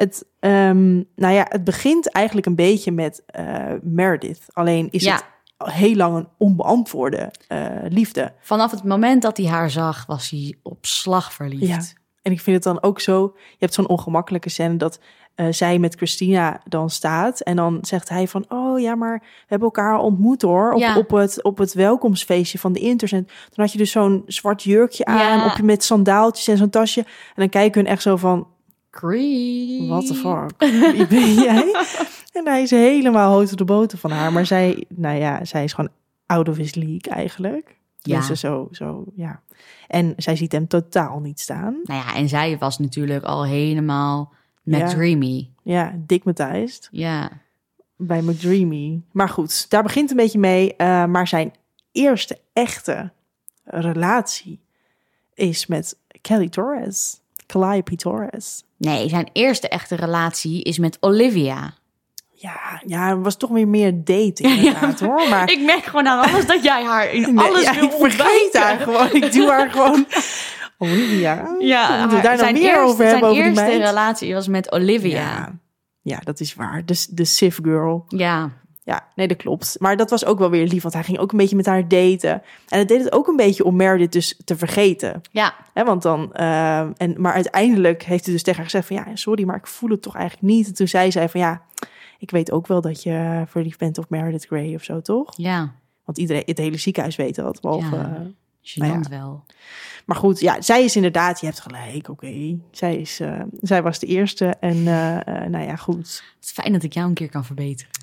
het begint eigenlijk een beetje met Meredith. Alleen is het heel lang een onbeantwoorde liefde. Vanaf het moment dat hij haar zag, was hij op slag verliefd. Ja. En ik vind het dan ook zo... Je hebt zo'n ongemakkelijke scène dat zij met Christina dan staat. En dan zegt hij van... Oh ja, maar we hebben elkaar ontmoet hoor. Op het welkomstfeestje van de Inters. En toen had je dus zo'n zwart jurkje aan. Met sandaaltjes en zo'n tasje. En dan kijken we echt zo van... Creep. What the fuck? Wie ben jij? En hij is helemaal hout op de boter van haar. Maar zij is gewoon out of his league eigenlijk. Ja. Dus zo. En zij ziet hem totaal niet staan. Nou ja, en zij was natuurlijk al helemaal McDreamy. Ja, digmatized. Ja. Bij McDreamy. Maar goed, daar begint een beetje mee. Maar zijn eerste echte relatie is met Kelly Torres. Calliope Torres. Nee, zijn eerste echte relatie is met Olivia. Ja, het was toch weer meer dating inderdaad, hoor. Maar ik merk gewoon aan alles dat jij haar in alles wil ontwijken. Ik vergeet haar gewoon. Ik doe haar gewoon... Olivia. Ja, we daar nog meer over hebben over die meid. Zijn eerste relatie was met Olivia. Ja, dat is waar. De Civ girl. Ja. Ja, nee, dat klopt. Maar dat was ook wel weer lief, want hij ging ook een beetje met haar daten. En hij deed het ook een beetje om Meredith dus te vergeten. Ja. Want dan, maar uiteindelijk heeft hij dus tegen haar gezegd van... Ja, sorry, maar ik voel het toch eigenlijk niet. En toen zei zij van ja, ik weet ook wel dat je verliefd bent op Meredith Grey of zo, toch? Ja. Want het hele ziekenhuis weet dat, behalve... Gênant wel. Maar goed, ja, zij is inderdaad, je hebt gelijk, oké. Zij was de eerste en goed. Het is fijn dat ik jou een keer kan verbeteren.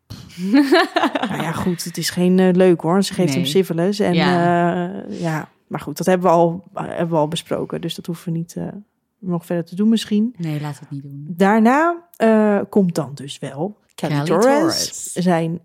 Nou ja, goed, het is geen leuk hoor. Ze geeft hem syphilis. En maar goed, dat hebben we al besproken. Dus dat hoeven we niet nog verder te doen misschien. Nee, laten we het niet doen. Daarna komt dan dus wel Kelly Torres. Zijn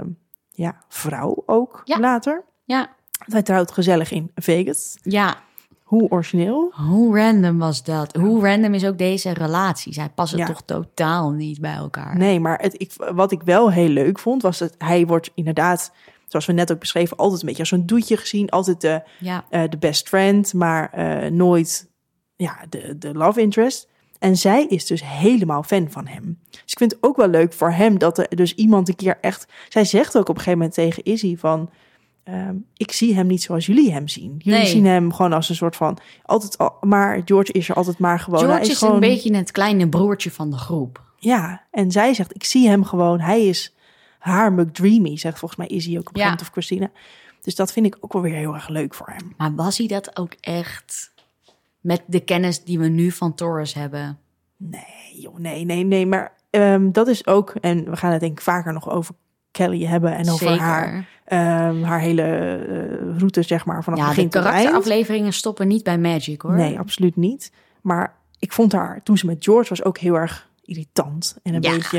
vrouw ook later. Ja. Hij trouwt gezellig in Vegas. Ja. Hoe origineel. Hoe random was dat? Hoe random is ook deze relatie? Zij passen toch totaal niet bij elkaar. Nee, maar wat ik wel heel leuk vond... was dat hij wordt inderdaad, zoals we net ook beschreven... altijd een beetje als zo'n doetje gezien. Altijd de best friend, maar nooit de love interest. En zij is dus helemaal fan van hem. Dus ik vind het ook wel leuk voor hem... dat er dus iemand een keer echt... Zij zegt ook op een gegeven moment tegen Izzy van... ik zie hem niet zoals jullie hem zien. Jullie zien hem gewoon als een soort van... maar George is er altijd maar gewoon. George is gewoon een beetje het kleine broertje van de groep. Ja, en zij zegt, ik zie hem gewoon. Hij is haar McDreamy, zegt volgens mij Izzy ook op een of Christina. Dus dat vind ik ook wel weer heel erg leuk voor hem. Maar was hij dat ook echt met de kennis die we nu van Torres hebben? Nee, joh, nee. Maar dat is ook... En we gaan het denk ik vaker nog over Kelly hebben en over haar hele route, zeg maar, vanaf begin tot eind. De karakterafleveringen stoppen niet bij Magic, hoor. Nee, absoluut niet. Maar ik vond haar, toen ze met George was, ook heel erg irritant en een beetje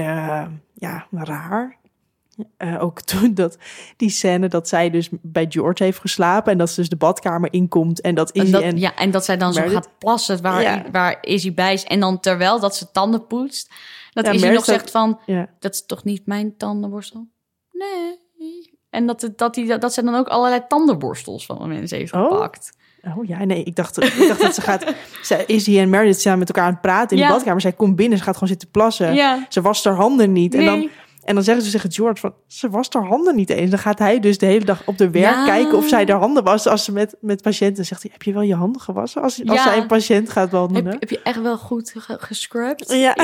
raar. Ook toen die scène dat zij dus bij George heeft geslapen en dat ze dus de badkamer inkomt en dat Izzy en dat zij dan zo gaat plassen waar Izzy bij is en dan terwijl dat ze tanden poetst, dat Izzy nog zegt van, dat is toch niet mijn tandenborstel? Nee. En dat ze dan ook allerlei tandenborstels van mensen heeft gepakt. Oh ja, nee, ik dacht dat ze gaat... Izzy en Meredith zijn met elkaar aan het praten in de badkamer. Zij komt binnen, ze gaat gewoon zitten plassen. Ja. Ze wast haar handen niet. Nee. En dan zeggen ze tegen George van, ze wast haar handen niet eens. Dan gaat hij dus de hele dag op de werk kijken of zij haar handen was. Als ze met patiënten zegt hij, heb je wel je handen gewassen? Als zij een patiënt gaat behandelen. Heb je echt wel goed gescrubbed? Ja.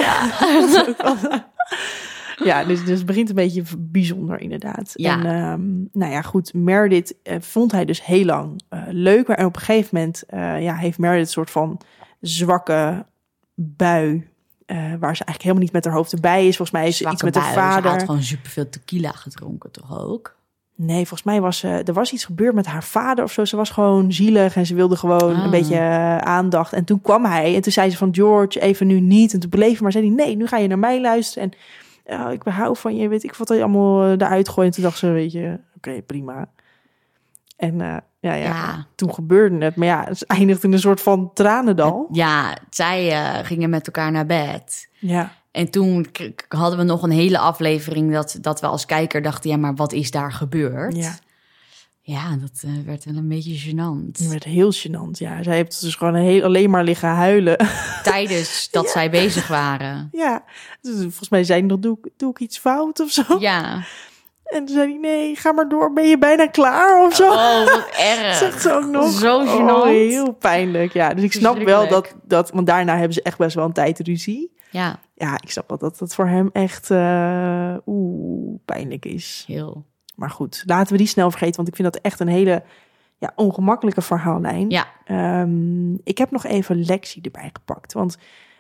Ja, dus het begint een beetje bijzonder inderdaad. Ja. En goed, Meredith vond hij dus heel lang leuk. Maar op een gegeven moment heeft Meredith een soort van zwakke bui. Waar ze eigenlijk helemaal niet met haar hoofd erbij is. Volgens mij is ze iets met haar vader. Ze had gewoon superveel tequila gedronken, toch ook? Nee, volgens mij er was iets gebeurd met haar vader of zo. Ze was gewoon zielig en ze wilde gewoon een beetje aandacht. En toen kwam hij en toen zei ze van George, even nu niet. En toen bleef hij maar, zei hij, nee, nu ga je naar mij luisteren. En ik hou van je, weet ik wat hij allemaal eruit gooien. En toen dacht ze, weet je, oké, prima. En toen gebeurde het. Maar ja, het eindigde in een soort van tranendal. Ja, zij gingen met elkaar naar bed. Ja. En toen hadden we nog een hele aflevering dat we als kijker dachten, ja, maar wat is daar gebeurd? Ja. Ja, dat werd wel een beetje gênant. Het werd heel gênant, ja. Zij heeft dus gewoon alleen maar liggen huilen. Tijdens dat zij bezig waren. Ja, dus volgens mij zei hij nog, doe ik iets fout of zo? Ja. En toen zei hij, nee, ga maar door, ben je bijna klaar of zo? Oh, wat erg. Zegt ze ook nog. Zo gênant. Oh, heel pijnlijk, ja. Dus ik snap wel dat, want daarna hebben ze echt best wel een tijd ruzie. Ja. Ja, ik snap wel dat het voor hem echt pijnlijk is. Heel. Maar goed, laten we die snel vergeten, want ik vind dat echt een hele ongemakkelijke verhaallijn. Ja. Ik heb nog even Lexi erbij gepakt, want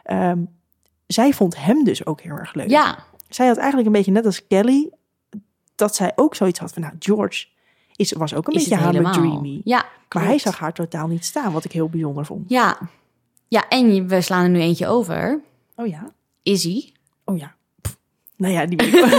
zij vond hem dus ook heel erg leuk. Ja. Zij had eigenlijk een beetje net als Kelly, dat zij ook zoiets had van, nou, George was ook een beetje dreamy. Ja, maar hij zag haar totaal niet staan, wat ik heel bijzonder vond. Ja. Ja, en we slaan er nu eentje over. Oh ja? Izzy. Oh ja. Nou ja, die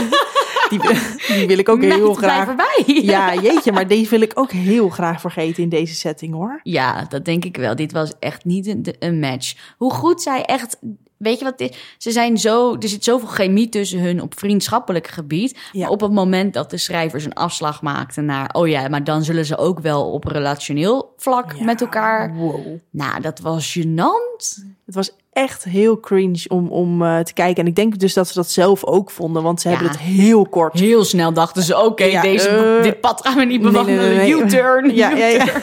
wil ik ook heel graag. Voorbij. Ja, jeetje, maar deze wil ik ook heel graag vergeten in deze setting, hoor. Ja, dat denk ik wel. Dit was echt niet een match. Hoe goed zij echt... Weet je wat het is? Ze zijn er zit zoveel chemie tussen hun op vriendschappelijk gebied. Ja. Maar op het moment dat de schrijvers een afslag maakten naar... oh ja, maar dan zullen ze ook wel op relationeel vlak met elkaar... Wow. Nou, dat was gênant. Het was echt heel cringe om te kijken. En ik denk dus dat ze dat zelf ook vonden, want ze hebben het heel kort. Heel snel dachten ze, oké, dit pad gaan we niet bewandelen. Nee. U-turn. Ja,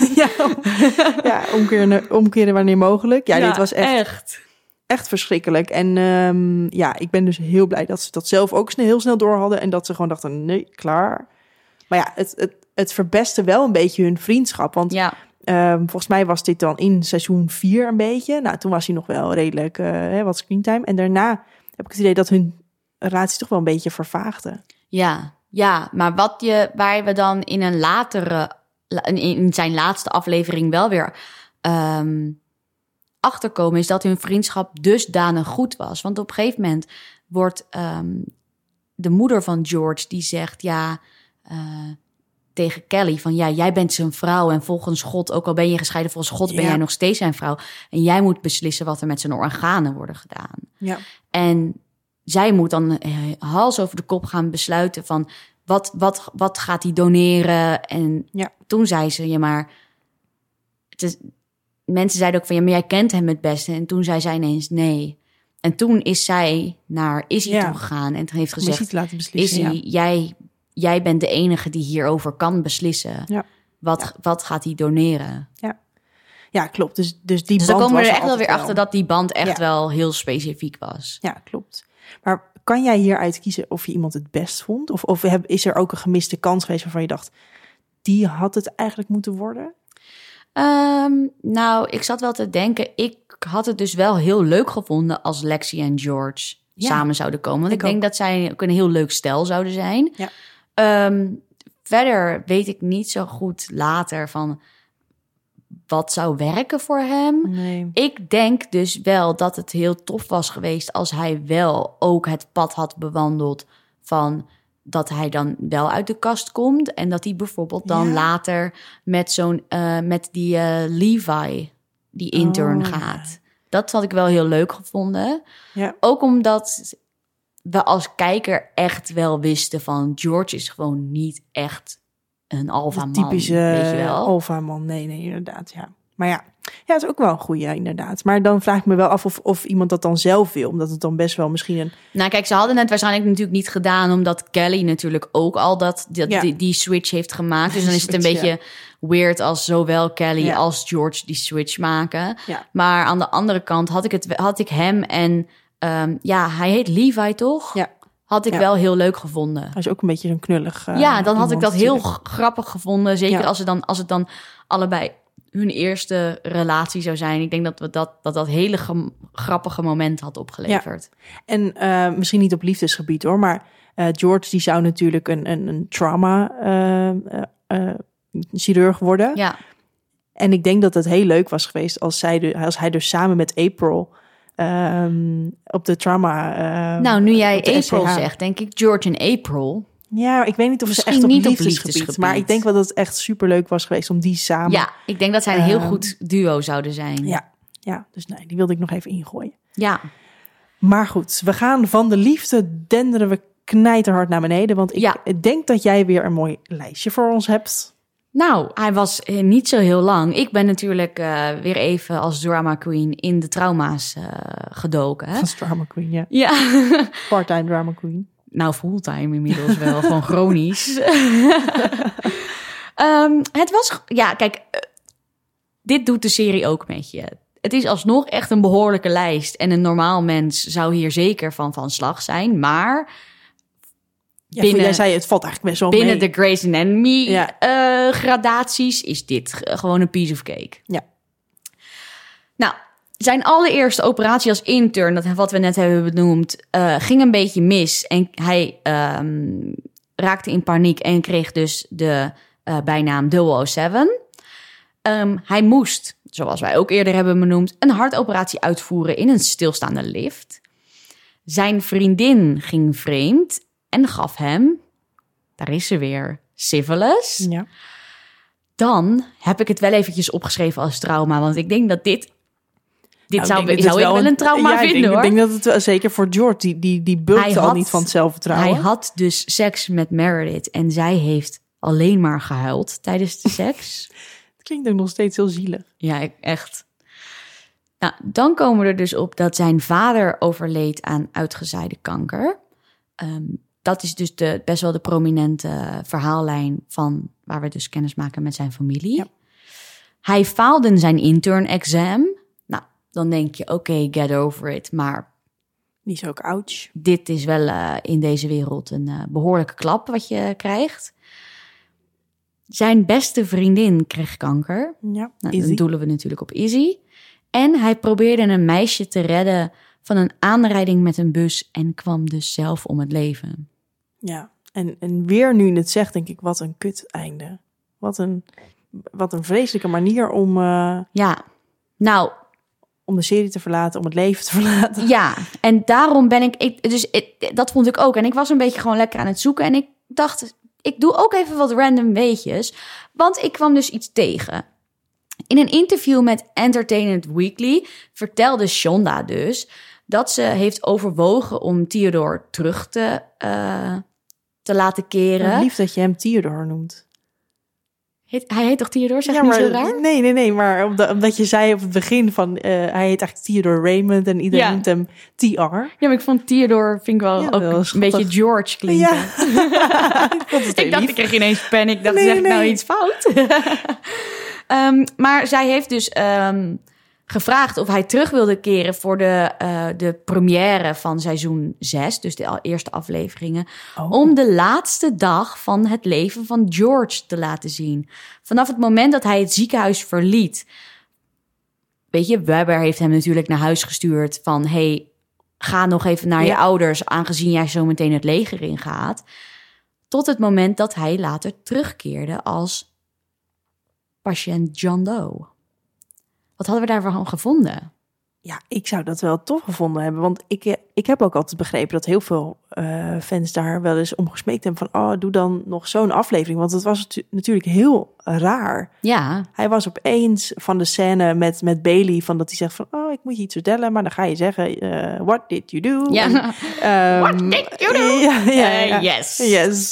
omkeren wanneer mogelijk. Ja, dit was echt verschrikkelijk. En ik ben dus heel blij dat ze dat zelf ook heel snel door hadden. En dat ze gewoon dachten, nee, klaar. Maar ja, het verbestte wel een beetje hun vriendschap. Want volgens mij was dit dan in seizoen 4 een beetje. Nou, toen was hij nog wel redelijk wat screentime. En daarna heb ik het idee dat hun relatie toch wel een beetje vervaagde. Ja, maar waar we dan in een latere... in zijn laatste aflevering wel weer... achterkomen is dat hun vriendschap dusdanig goed was. Want op een gegeven moment wordt de moeder van George die zegt tegen Kelly van jij bent zijn vrouw en volgens God, ook al ben je gescheiden volgens God, ben jij nog steeds zijn vrouw en jij moet beslissen wat er met zijn organen worden gedaan. Ja. En zij moet dan hals over de kop gaan besluiten van wat gaat hij doneren? En toen zei ze maar mensen zeiden ook van, maar jij kent hem het beste. En toen zei zij ineens nee. En toen is zij naar Izzy toegegaan en heeft gezegd, laten beslissen, Izzy, jij bent de enige die hierover kan beslissen. Ja. Wat gaat hij doneren? Ja, klopt. Dus die band dan komen we was er echt wel weer achter dat die band echt wel heel specifiek was. Ja, klopt. Maar kan jij hieruit kiezen of je iemand het best vond? Of is er ook een gemiste kans geweest waarvan je dacht, die had het eigenlijk moeten worden? Nou, ik zat wel te denken, ik had het dus wel heel leuk gevonden als Lexi en George samen zouden komen. Want ik denk dat zij ook een heel leuk stel zouden zijn. Ja. Verder weet ik niet zo goed later van wat zou werken voor hem. Nee. Ik denk dus wel dat het heel tof was geweest als hij wel ook het pad had bewandeld van dat hij dan wel uit de kast komt en dat hij bijvoorbeeld dan later met die Levi, die intern gaat. Dat had ik wel heel leuk gevonden. Ja. Ook omdat we als kijker echt wel wisten van George is gewoon niet echt een alpha-man. Typische alpha-man, nee, inderdaad, ja. Maar ja, het is ook wel een goeie, inderdaad. Maar dan vraag ik me wel af of iemand dat dan zelf wil. Omdat het dan best wel misschien een... Nou kijk, ze hadden het waarschijnlijk natuurlijk niet gedaan, omdat Kelly natuurlijk ook al die switch heeft gemaakt. Dus dan is het een beetje weird als zowel Kelly als George die switch maken. Ja. Maar aan de andere kant had ik hem en... hij heet Levi, toch? Ja. Had ik wel heel leuk gevonden. Hij is ook een beetje een knullig... dan had ik dat heel grappig gevonden. Zeker als het dan allebei hun eerste relatie zou zijn. Ik denk dat hele grappige moment had opgeleverd. Ja. En misschien niet op liefdesgebied hoor, maar George die zou natuurlijk een trauma chirurg worden. Ja. En ik denk dat het heel leuk was geweest als hij dus samen met April op de trauma... Nou, nu jij op de April SCH. zegt, denk ik George en April. Ja, ik weet niet of ze Misschien echt op niet op liefdesgebied, liefdesgebied. maar ik denk wel dat het echt superleuk was geweest om die samen... Ja, ik denk dat zij een heel goed duo zouden zijn. Ja, dus nee, die wilde ik nog even ingooien. Ja. Maar goed, we gaan van de liefde denderen we knijterhard naar beneden. Want ik denk dat jij weer een mooi lijstje voor ons hebt. Nou, hij was niet zo heel lang. Ik ben natuurlijk weer even als drama queen in de trauma's gedoken. Hè? Als drama queen, ja. Ja. Part-time drama queen. Nou, fulltime inmiddels wel. Gewoon chronisch. Het was... Ja, kijk. Dit doet de serie ook met je. Het is alsnog echt een behoorlijke lijst. En een normaal mens zou hier zeker van slag zijn. Maar... Ja, jij zei het valt eigenlijk best wel binnen mee. de Grey's Anatomy gradaties is dit gewoon een piece of cake. Ja. Nou, zijn allereerste operatie als intern, dat wat we net hebben benoemd, ging een beetje mis. En hij raakte in paniek en kreeg dus de bijnaam 007. Hij moest, zoals wij ook eerder hebben benoemd, een hartoperatie uitvoeren in een stilstaande lift. Zijn vriendin ging vreemd en gaf hem, daar is ze weer, syphilis. Ja. Dan heb ik het wel eventjes opgeschreven als trauma. Want ik denk dat dit zou ik wel een trauma vinden, hoor. Ik denk dat het wel, zeker voor George, die bulkte al niet van het zelfvertrouwen. Hij had dus seks met Meredith en zij heeft alleen maar gehuild tijdens de seks. Het klinkt ook nog steeds heel zielig. Ja, echt. Nou, dan komen we er dus op dat zijn vader overleed aan uitgezaaide kanker. Dat is dus best wel de prominente verhaallijn van waar we dus kennis maken met zijn familie. Ja. Hij faalde zijn intern exam. Nou, dan denk je, oké, get over it. Maar niet zo ook ouch. Dit is wel in deze wereld een behoorlijke klap wat je krijgt. Zijn beste vriendin kreeg kanker. Ja, nou, dan doelen we natuurlijk op Izzy. En hij probeerde een meisje te redden van een aanrijding met een bus en kwam dus zelf om het leven. Ja, en weer nu het zegt, denk ik, wat een kut einde. Wat een vreselijke manier om... Ja, nou... Om de serie te verlaten, om het leven te verlaten. Ja, en daarom ben dat vond ik ook. En ik was een beetje gewoon lekker aan het zoeken. En ik dacht, ik doe ook even wat random weetjes. Want ik kwam dus iets tegen. In een interview met Entertainment Weekly vertelde Shonda dus dat ze heeft overwogen om Theodore terug te laten keren. Lief dat je hem Theodore noemt. Hij heet toch Theodore? Zeg niet zo raar? Nee. Maar omdat je zei op het begin van... hij heet eigenlijk Theodore Raymond en iedereen noemt hem TR. Ja, maar ik vond Theodore, vind ik wel ook een beetje George klinken. Ja. Ik dacht, ik kreeg ineens panic. Ik dacht, zeg nou iets fout? Maar zij heeft dus gevraagd of hij terug wilde keren voor de première van seizoen 6, dus de eerste afleveringen, om de laatste dag van het leven van George te laten zien. Vanaf het moment dat hij het ziekenhuis verliet. Weet je, Webber heeft hem natuurlijk naar huis gestuurd van, hey, ga nog even naar je ouders, aangezien jij zo meteen het leger ingaat. Tot het moment dat hij later terugkeerde als patiënt John Doe. Wat hadden we daarvan gevonden? Ja, ik zou dat wel tof gevonden hebben. Want ik heb ook altijd begrepen dat heel veel fans daar wel eens om gesmeekt hebben van, doe dan nog zo'n aflevering. Want het was natuurlijk heel raar. Ja. Hij was opeens van de scène met Bailey van dat hij zegt van, ik moet je iets vertellen, maar dan ga je zeggen, what did you do? Ja. What did you do? Ja. Yes.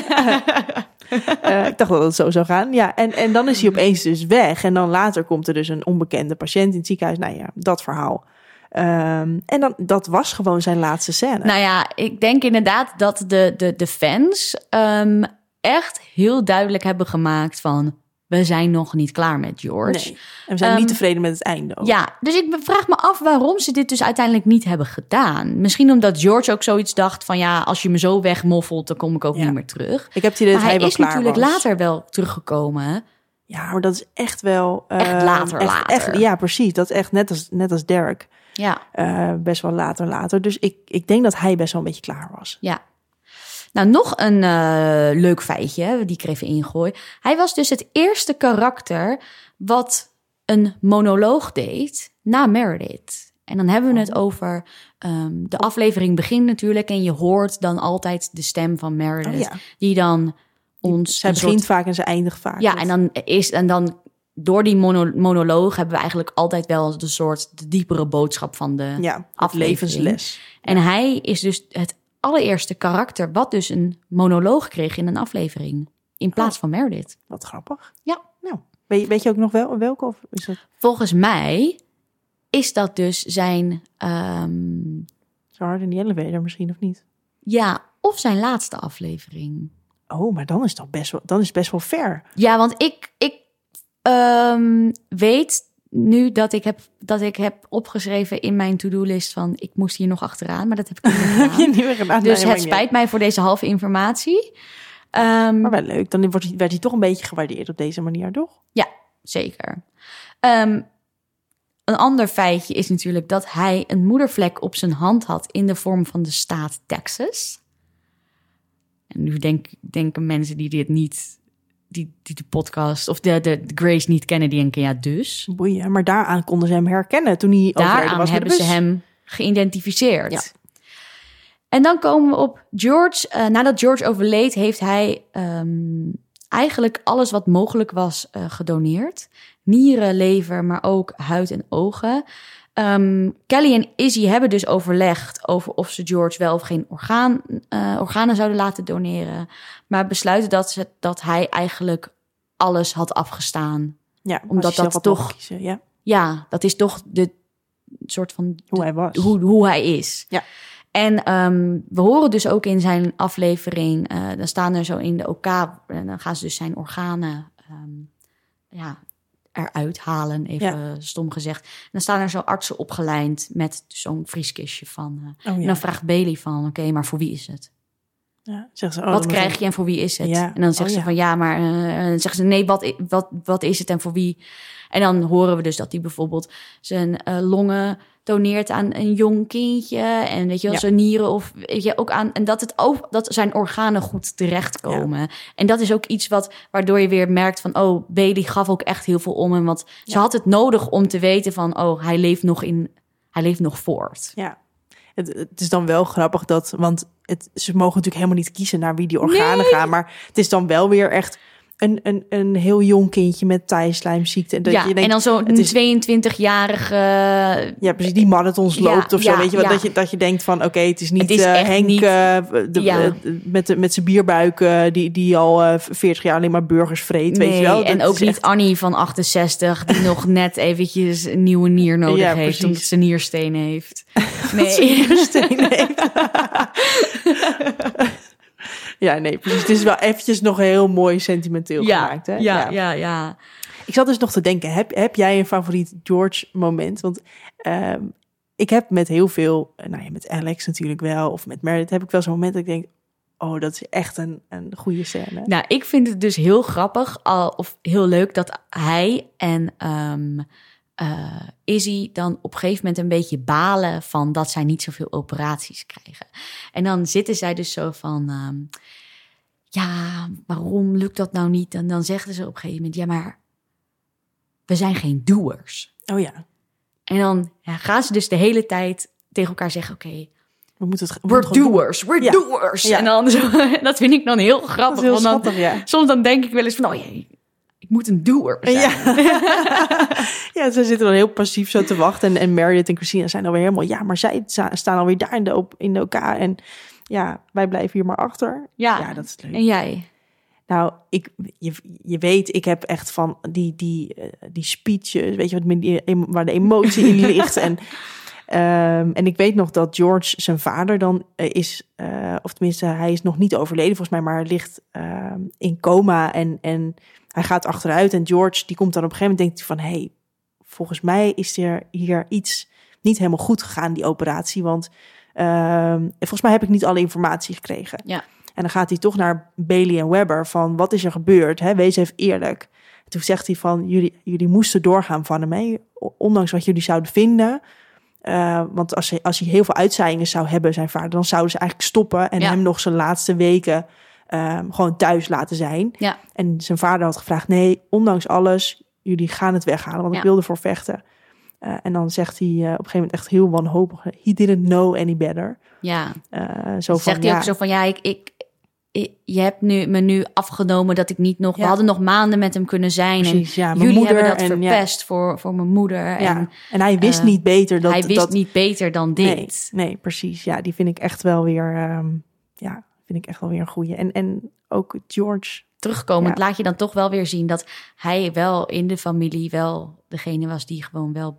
Ik dacht dat het zo zou gaan. Ja, en dan is hij opeens dus weg. En dan later komt er dus een onbekende patiënt in het ziekenhuis. Nou ja, dat verhaal. En dan, dat was gewoon zijn laatste scène. Nou ja, ik denk inderdaad dat de fans echt heel duidelijk hebben gemaakt van, we zijn nog niet klaar met George. Nee. En we zijn niet tevreden met het einde ook. Ja, dus ik vraag me af waarom ze dit dus uiteindelijk niet hebben gedaan. Misschien omdat George ook zoiets dacht van, ja, als je me zo wegmoffelt, dan kom ik ook niet meer terug. Ik heb het idee dat hij wel is klaar natuurlijk was. later wel teruggekomen. Ja, maar dat is echt wel... echt later. Echt, ja, precies. Dat is echt net als Derek. Ja. Best wel later. Dus ik denk dat hij best wel een beetje klaar was. Ja. Nou, nog een leuk feitje die ik er even ingooi. Hij was dus het eerste karakter wat een monoloog deed na Meredith. En dan hebben we het over... de aflevering begint natuurlijk en je hoort dan altijd de stem van Meredith. Die dan ons... Zij begint vaak en ze eindigt vaak. Ja, en dan door die monoloog hebben we eigenlijk altijd wel de diepere boodschap van de aflevering. Levensles. En hij is dus het allereerste karakter wat dus een monoloog kreeg in een aflevering. In plaats van Meredith. Wat grappig. Ja. Nou, weet je ook nog wel welke? Of is het... Volgens mij is dat dus zijn... Zo hard in die elevator misschien, of niet? Ja, of zijn laatste aflevering. Oh, maar dan is het best wel ver. Ja, want ik weet nu dat ik heb opgeschreven in mijn to-do-list van... ik moest hier nog achteraan, maar dat heb ik niet meer gedaan. Niet meer gedaan. Dus het spijt mij voor deze halve informatie. Maar wel leuk. Dan werd hij toch een beetje gewaardeerd op deze manier, toch? Ja, zeker. Een ander feitje is natuurlijk dat hij een moedervlek op zijn hand had... in de vorm van de staat Texas. En nu denken mensen die dit niet... die de podcast of de Grace niet kennen, die denken ja dus. Boeien, maar daaraan konden ze hem herkennen toen hij overleden was. Hebben ze hem geïdentificeerd. Ja. En dan komen we op George. Nadat George overleed, heeft hij eigenlijk alles wat mogelijk was gedoneerd. Nieren, lever, maar ook huid en ogen. Kelly en Izzy hebben dus overlegd over of ze George wel of geen organen zouden laten doneren. Maar besluiten dat hij eigenlijk alles had afgestaan. Ja, omdat dat toch... Kiezen, ja, dat is toch de soort van... Hoe hij was. Hoe hij is. Ja. En we horen dus ook in zijn aflevering... dan staan er zo in de OK... en dan gaan ze dus zijn organen... eruit halen, even stom gezegd. En dan staan er zo artsen opgelijnd met zo'n vrieskistje van... En dan vraagt Bailey van, oké, maar voor wie is het? Ja, zegt ze, wat krijg je en voor wie is het? Ja. En dan zegt ze van, ja, maar... dan zeggen ze, nee, wat is het en voor wie? En dan horen we dus dat hij bijvoorbeeld zijn longen doneert aan een jong kindje. En weet je wel, zijn nieren of weet je, ook aan... En dat zijn organen goed terechtkomen. Ja. En dat is ook iets waardoor je weer merkt van... oh, Bailey gaf ook echt heel veel om hem. Want ze had het nodig om te weten van... oh, hij leeft nog voort. Ja. Het is dan wel grappig want ze mogen natuurlijk helemaal niet kiezen naar wie die organen gaan. Maar het is dan wel weer echt een heel jong kindje met taaislijmziekte. En, en dan zo'n 22-jarige... Ja, precies, die marathons loopt of zo. Weet je wat, dat je denkt van oké, het is niet Henk met zijn bierbuik die al 40 jaar alleen maar burgers vreet. Nee, weet je wel? En ook niet echt... Annie van 68 die nog net eventjes een nieuwe nier nodig heeft. Precies. Omdat ze niersteen heeft. Nee, niersteen heeft. Ja, nee, precies. Het is wel eventjes nog heel mooi sentimenteel gemaakt. Hè? Ja. Ik zat dus nog te denken, heb jij een favoriet George moment? Want ik heb met heel veel, met Alex natuurlijk wel, of met Meredith heb ik wel zo'n moment dat ik denk, oh, dat is echt een goede scène. Nou, ik vind het dus heel grappig, of heel leuk dat hij en Izzy dan op een gegeven moment een beetje balen van dat zij niet zoveel operaties krijgen. En dan zitten zij dus zo van, waarom lukt dat nou niet? En dan zeggen ze op een gegeven moment, ja, maar we zijn geen doers. Oh ja. En dan gaan ze dus de hele tijd tegen elkaar zeggen, oké, we're doers. We're doers. Ja. En dan zo, dat vind ik dan heel grappig. Heel want dan, schattig, soms dan denk ik wel eens van, ik moet een doer zijn. Ja, ze zitten dan heel passief zo te wachten. En Meredith en Christina zijn alweer helemaal... maar zij staan alweer daar in de OK. En wij blijven hier maar achter. Ja, dat is leuk. En jij? Nou, je weet, ik heb echt van die speeches... weet je, waar de emotie in ligt. En ik weet nog dat George zijn vader dan is... of tenminste, hij is nog niet overleden volgens mij... maar ligt in coma en hij gaat achteruit. En George die komt dan op een gegeven moment... denkt hij van, volgens mij is er hier iets niet helemaal goed gegaan... die operatie, want volgens mij heb ik niet alle informatie gekregen. Ja. En dan gaat hij toch naar Bailey en Webber van... wat is er gebeurd? Wees even eerlijk. Toen zegt hij van, jullie moesten doorgaan van hem. Ondanks wat jullie zouden vinden... Want als hij heel veel uitzaaiingen zou hebben, zijn vader, dan zouden ze eigenlijk stoppen en hem nog zijn laatste weken gewoon thuis laten zijn. Ja. En zijn vader had gevraagd, nee, ondanks alles, jullie gaan het weghalen, want ik wil ervoor vechten. En dan zegt hij op een gegeven moment echt heel wanhopig, he didn't know any better. Ja. Zegt hij ook zo van, je hebt me nu afgenomen dat ik niet nog... We hadden nog maanden met hem kunnen zijn. Precies, en jullie hebben dat verpest voor mijn moeder. Ja. En hij wist niet beter. Hij wist niet beter dan dit. Nee, precies. Ja, die vind ik echt wel weer... een goeie. En ook George... Terugkomend laat je dan toch wel weer zien... dat hij wel in de familie wel degene was... die gewoon wel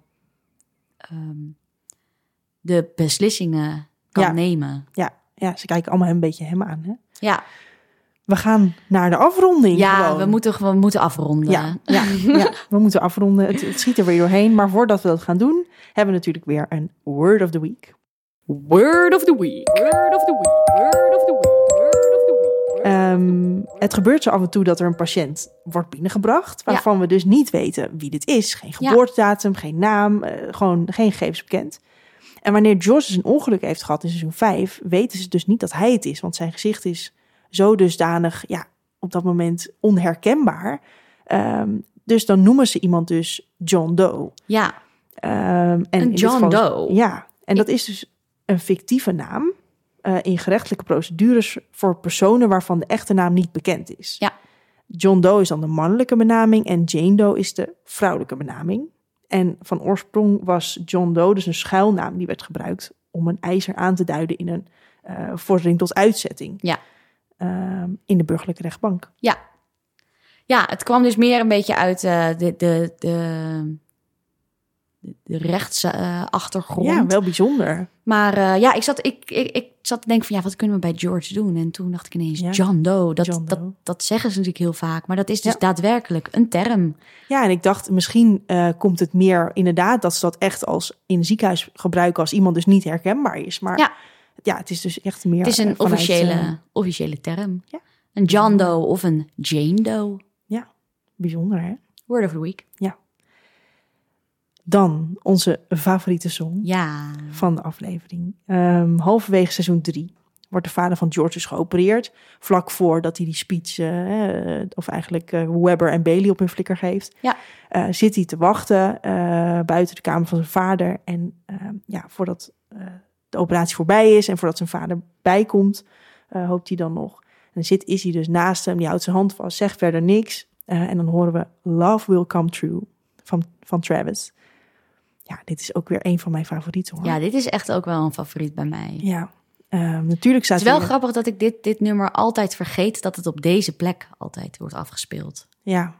de beslissingen kan nemen. Ja, ze kijken allemaal een beetje hem aan. Hè? Ja. We gaan naar de afronding. Ja, gewoon. we moeten afronden. Ja, we moeten afronden. Het schiet er weer doorheen. Maar voordat we dat gaan doen, hebben we natuurlijk weer een Word of the Week. Word of the Week. Word of the Week. Word of the Week. Word of the Week. Het gebeurt zo af en toe dat er een patiënt wordt binnengebracht... waarvan we dus niet weten wie dit is. Geen geboortedatum, geen naam, gewoon geen gegevens bekend. En wanneer George dus een ongeluk heeft gehad in seizoen 5... weten ze dus niet dat hij het is. Want zijn gezicht is zo dusdanig, op dat moment onherkenbaar. Dus dan noemen ze iemand dus John Doe. Ja, en John Doe. Ja, en dat is dus een fictieve naam... in gerechtelijke procedures voor personen waarvan de echte naam niet bekend is. Ja. John Doe is dan de mannelijke benaming en Jane Doe is de vrouwelijke benaming. En van oorsprong was John Doe dus een schuilnaam die werd gebruikt om een eiser aan te duiden in een vordering tot uitzetting. Ja. In de burgerlijke rechtbank. Ja. Ja, het kwam dus meer een beetje uit de rechtsachtergrond. Ja, wel bijzonder. Maar ik zat te denken van wat kunnen we bij George doen? En toen dacht ik ineens John Doe. Dat zeggen ze natuurlijk heel vaak. Maar dat is dus daadwerkelijk een term. Ja, en ik dacht misschien komt het meer inderdaad... dat ze dat echt als in een ziekenhuis gebruiken... als iemand dus niet herkenbaar is. Maar het is dus echt meer... Het is een officiële term. Ja. Een John Doe of een Jane Doe. Ja, bijzonder hè? Word of the Week. Ja. Dan onze favoriete song van de aflevering. Halverwege seizoen 3 wordt de vader van George dus geopereerd. Vlak voordat hij die speech, of eigenlijk Webber en Bailey op hun flikker geeft. Ja. Zit hij te wachten buiten de kamer van zijn vader. En voordat de operatie voorbij is en voordat zijn vader bijkomt, hoopt hij dan nog. En is hij dus naast hem, die houdt zijn hand vast, zegt verder niks. En dan horen we Love Will Come True van Travis. Ja, dit is ook weer een van mijn favorieten hoor. Ja, dit is echt ook wel een favoriet bij mij. Ja, natuurlijk staat het is wel grappig dat ik dit nummer altijd vergeet... dat het op deze plek altijd wordt afgespeeld. Ja,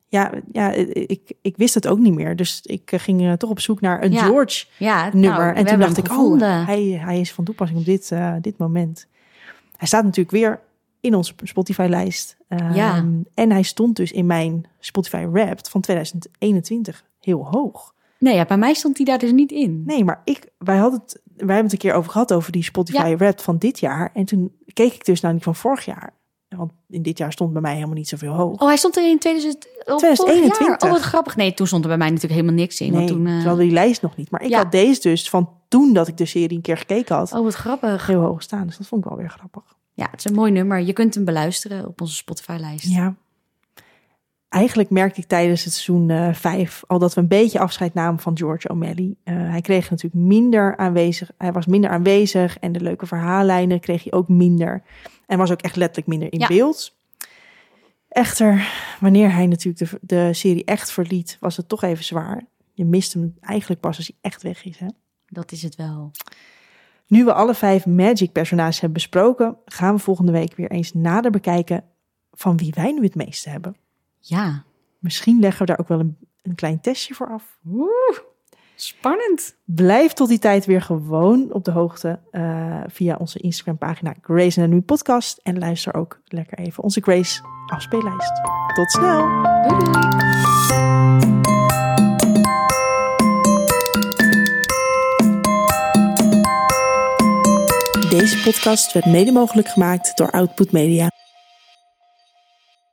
ik wist het ook niet meer. Dus ik ging toch op zoek naar een George nummer. En toen dacht ik, hij is van toepassing op dit moment. Hij staat natuurlijk weer in onze Spotify-lijst. En hij stond dus in mijn Spotify Wrapped van 2021 heel hoog. Nee, bij mij stond hij daar dus niet in. Nee, maar wij hebben het een keer over gehad... over die Spotify Wrapped van dit jaar. En toen keek ik dus naar die van vorig jaar. Want in dit jaar stond bij mij helemaal niet zoveel hoog. Oh, hij stond er in 2021. Oh, wat grappig. Nee, toen stond er bij mij natuurlijk helemaal niks in. Nee, want toen hadden we die lijst nog niet. Maar ik had deze dus van toen dat ik de serie een keer gekeken had. Oh, wat grappig. Heel hoog staan, dus dat vond ik wel weer grappig. Ja, het is een mooi nummer. Je kunt hem beluisteren op onze Spotify-lijst. Ja. Eigenlijk merkte ik tijdens het seizoen 5 al dat we een beetje afscheid namen van George O'Malley. Hij kreeg natuurlijk minder aanwezig. Hij was minder aanwezig en de leuke verhaallijnen kreeg hij ook minder. En was ook echt letterlijk minder in beeld. Echter, wanneer hij natuurlijk de serie echt verliet, was het toch even zwaar. Je mist hem eigenlijk pas als hij echt weg is. Hè? Dat is het wel. Nu we alle 5 Magic-personages hebben besproken, gaan we volgende week weer eens nader bekijken van wie wij nu het meeste hebben. Ja. Misschien leggen we daar ook wel een klein testje voor af. Spannend. Blijf tot die tijd weer gewoon op de hoogte via onze Instagram-pagina Grace en een nieuwe podcast. En luister ook lekker even onze Grace afspeellijst. Tot snel. Doei. Deze podcast werd mede mogelijk gemaakt door Output Media.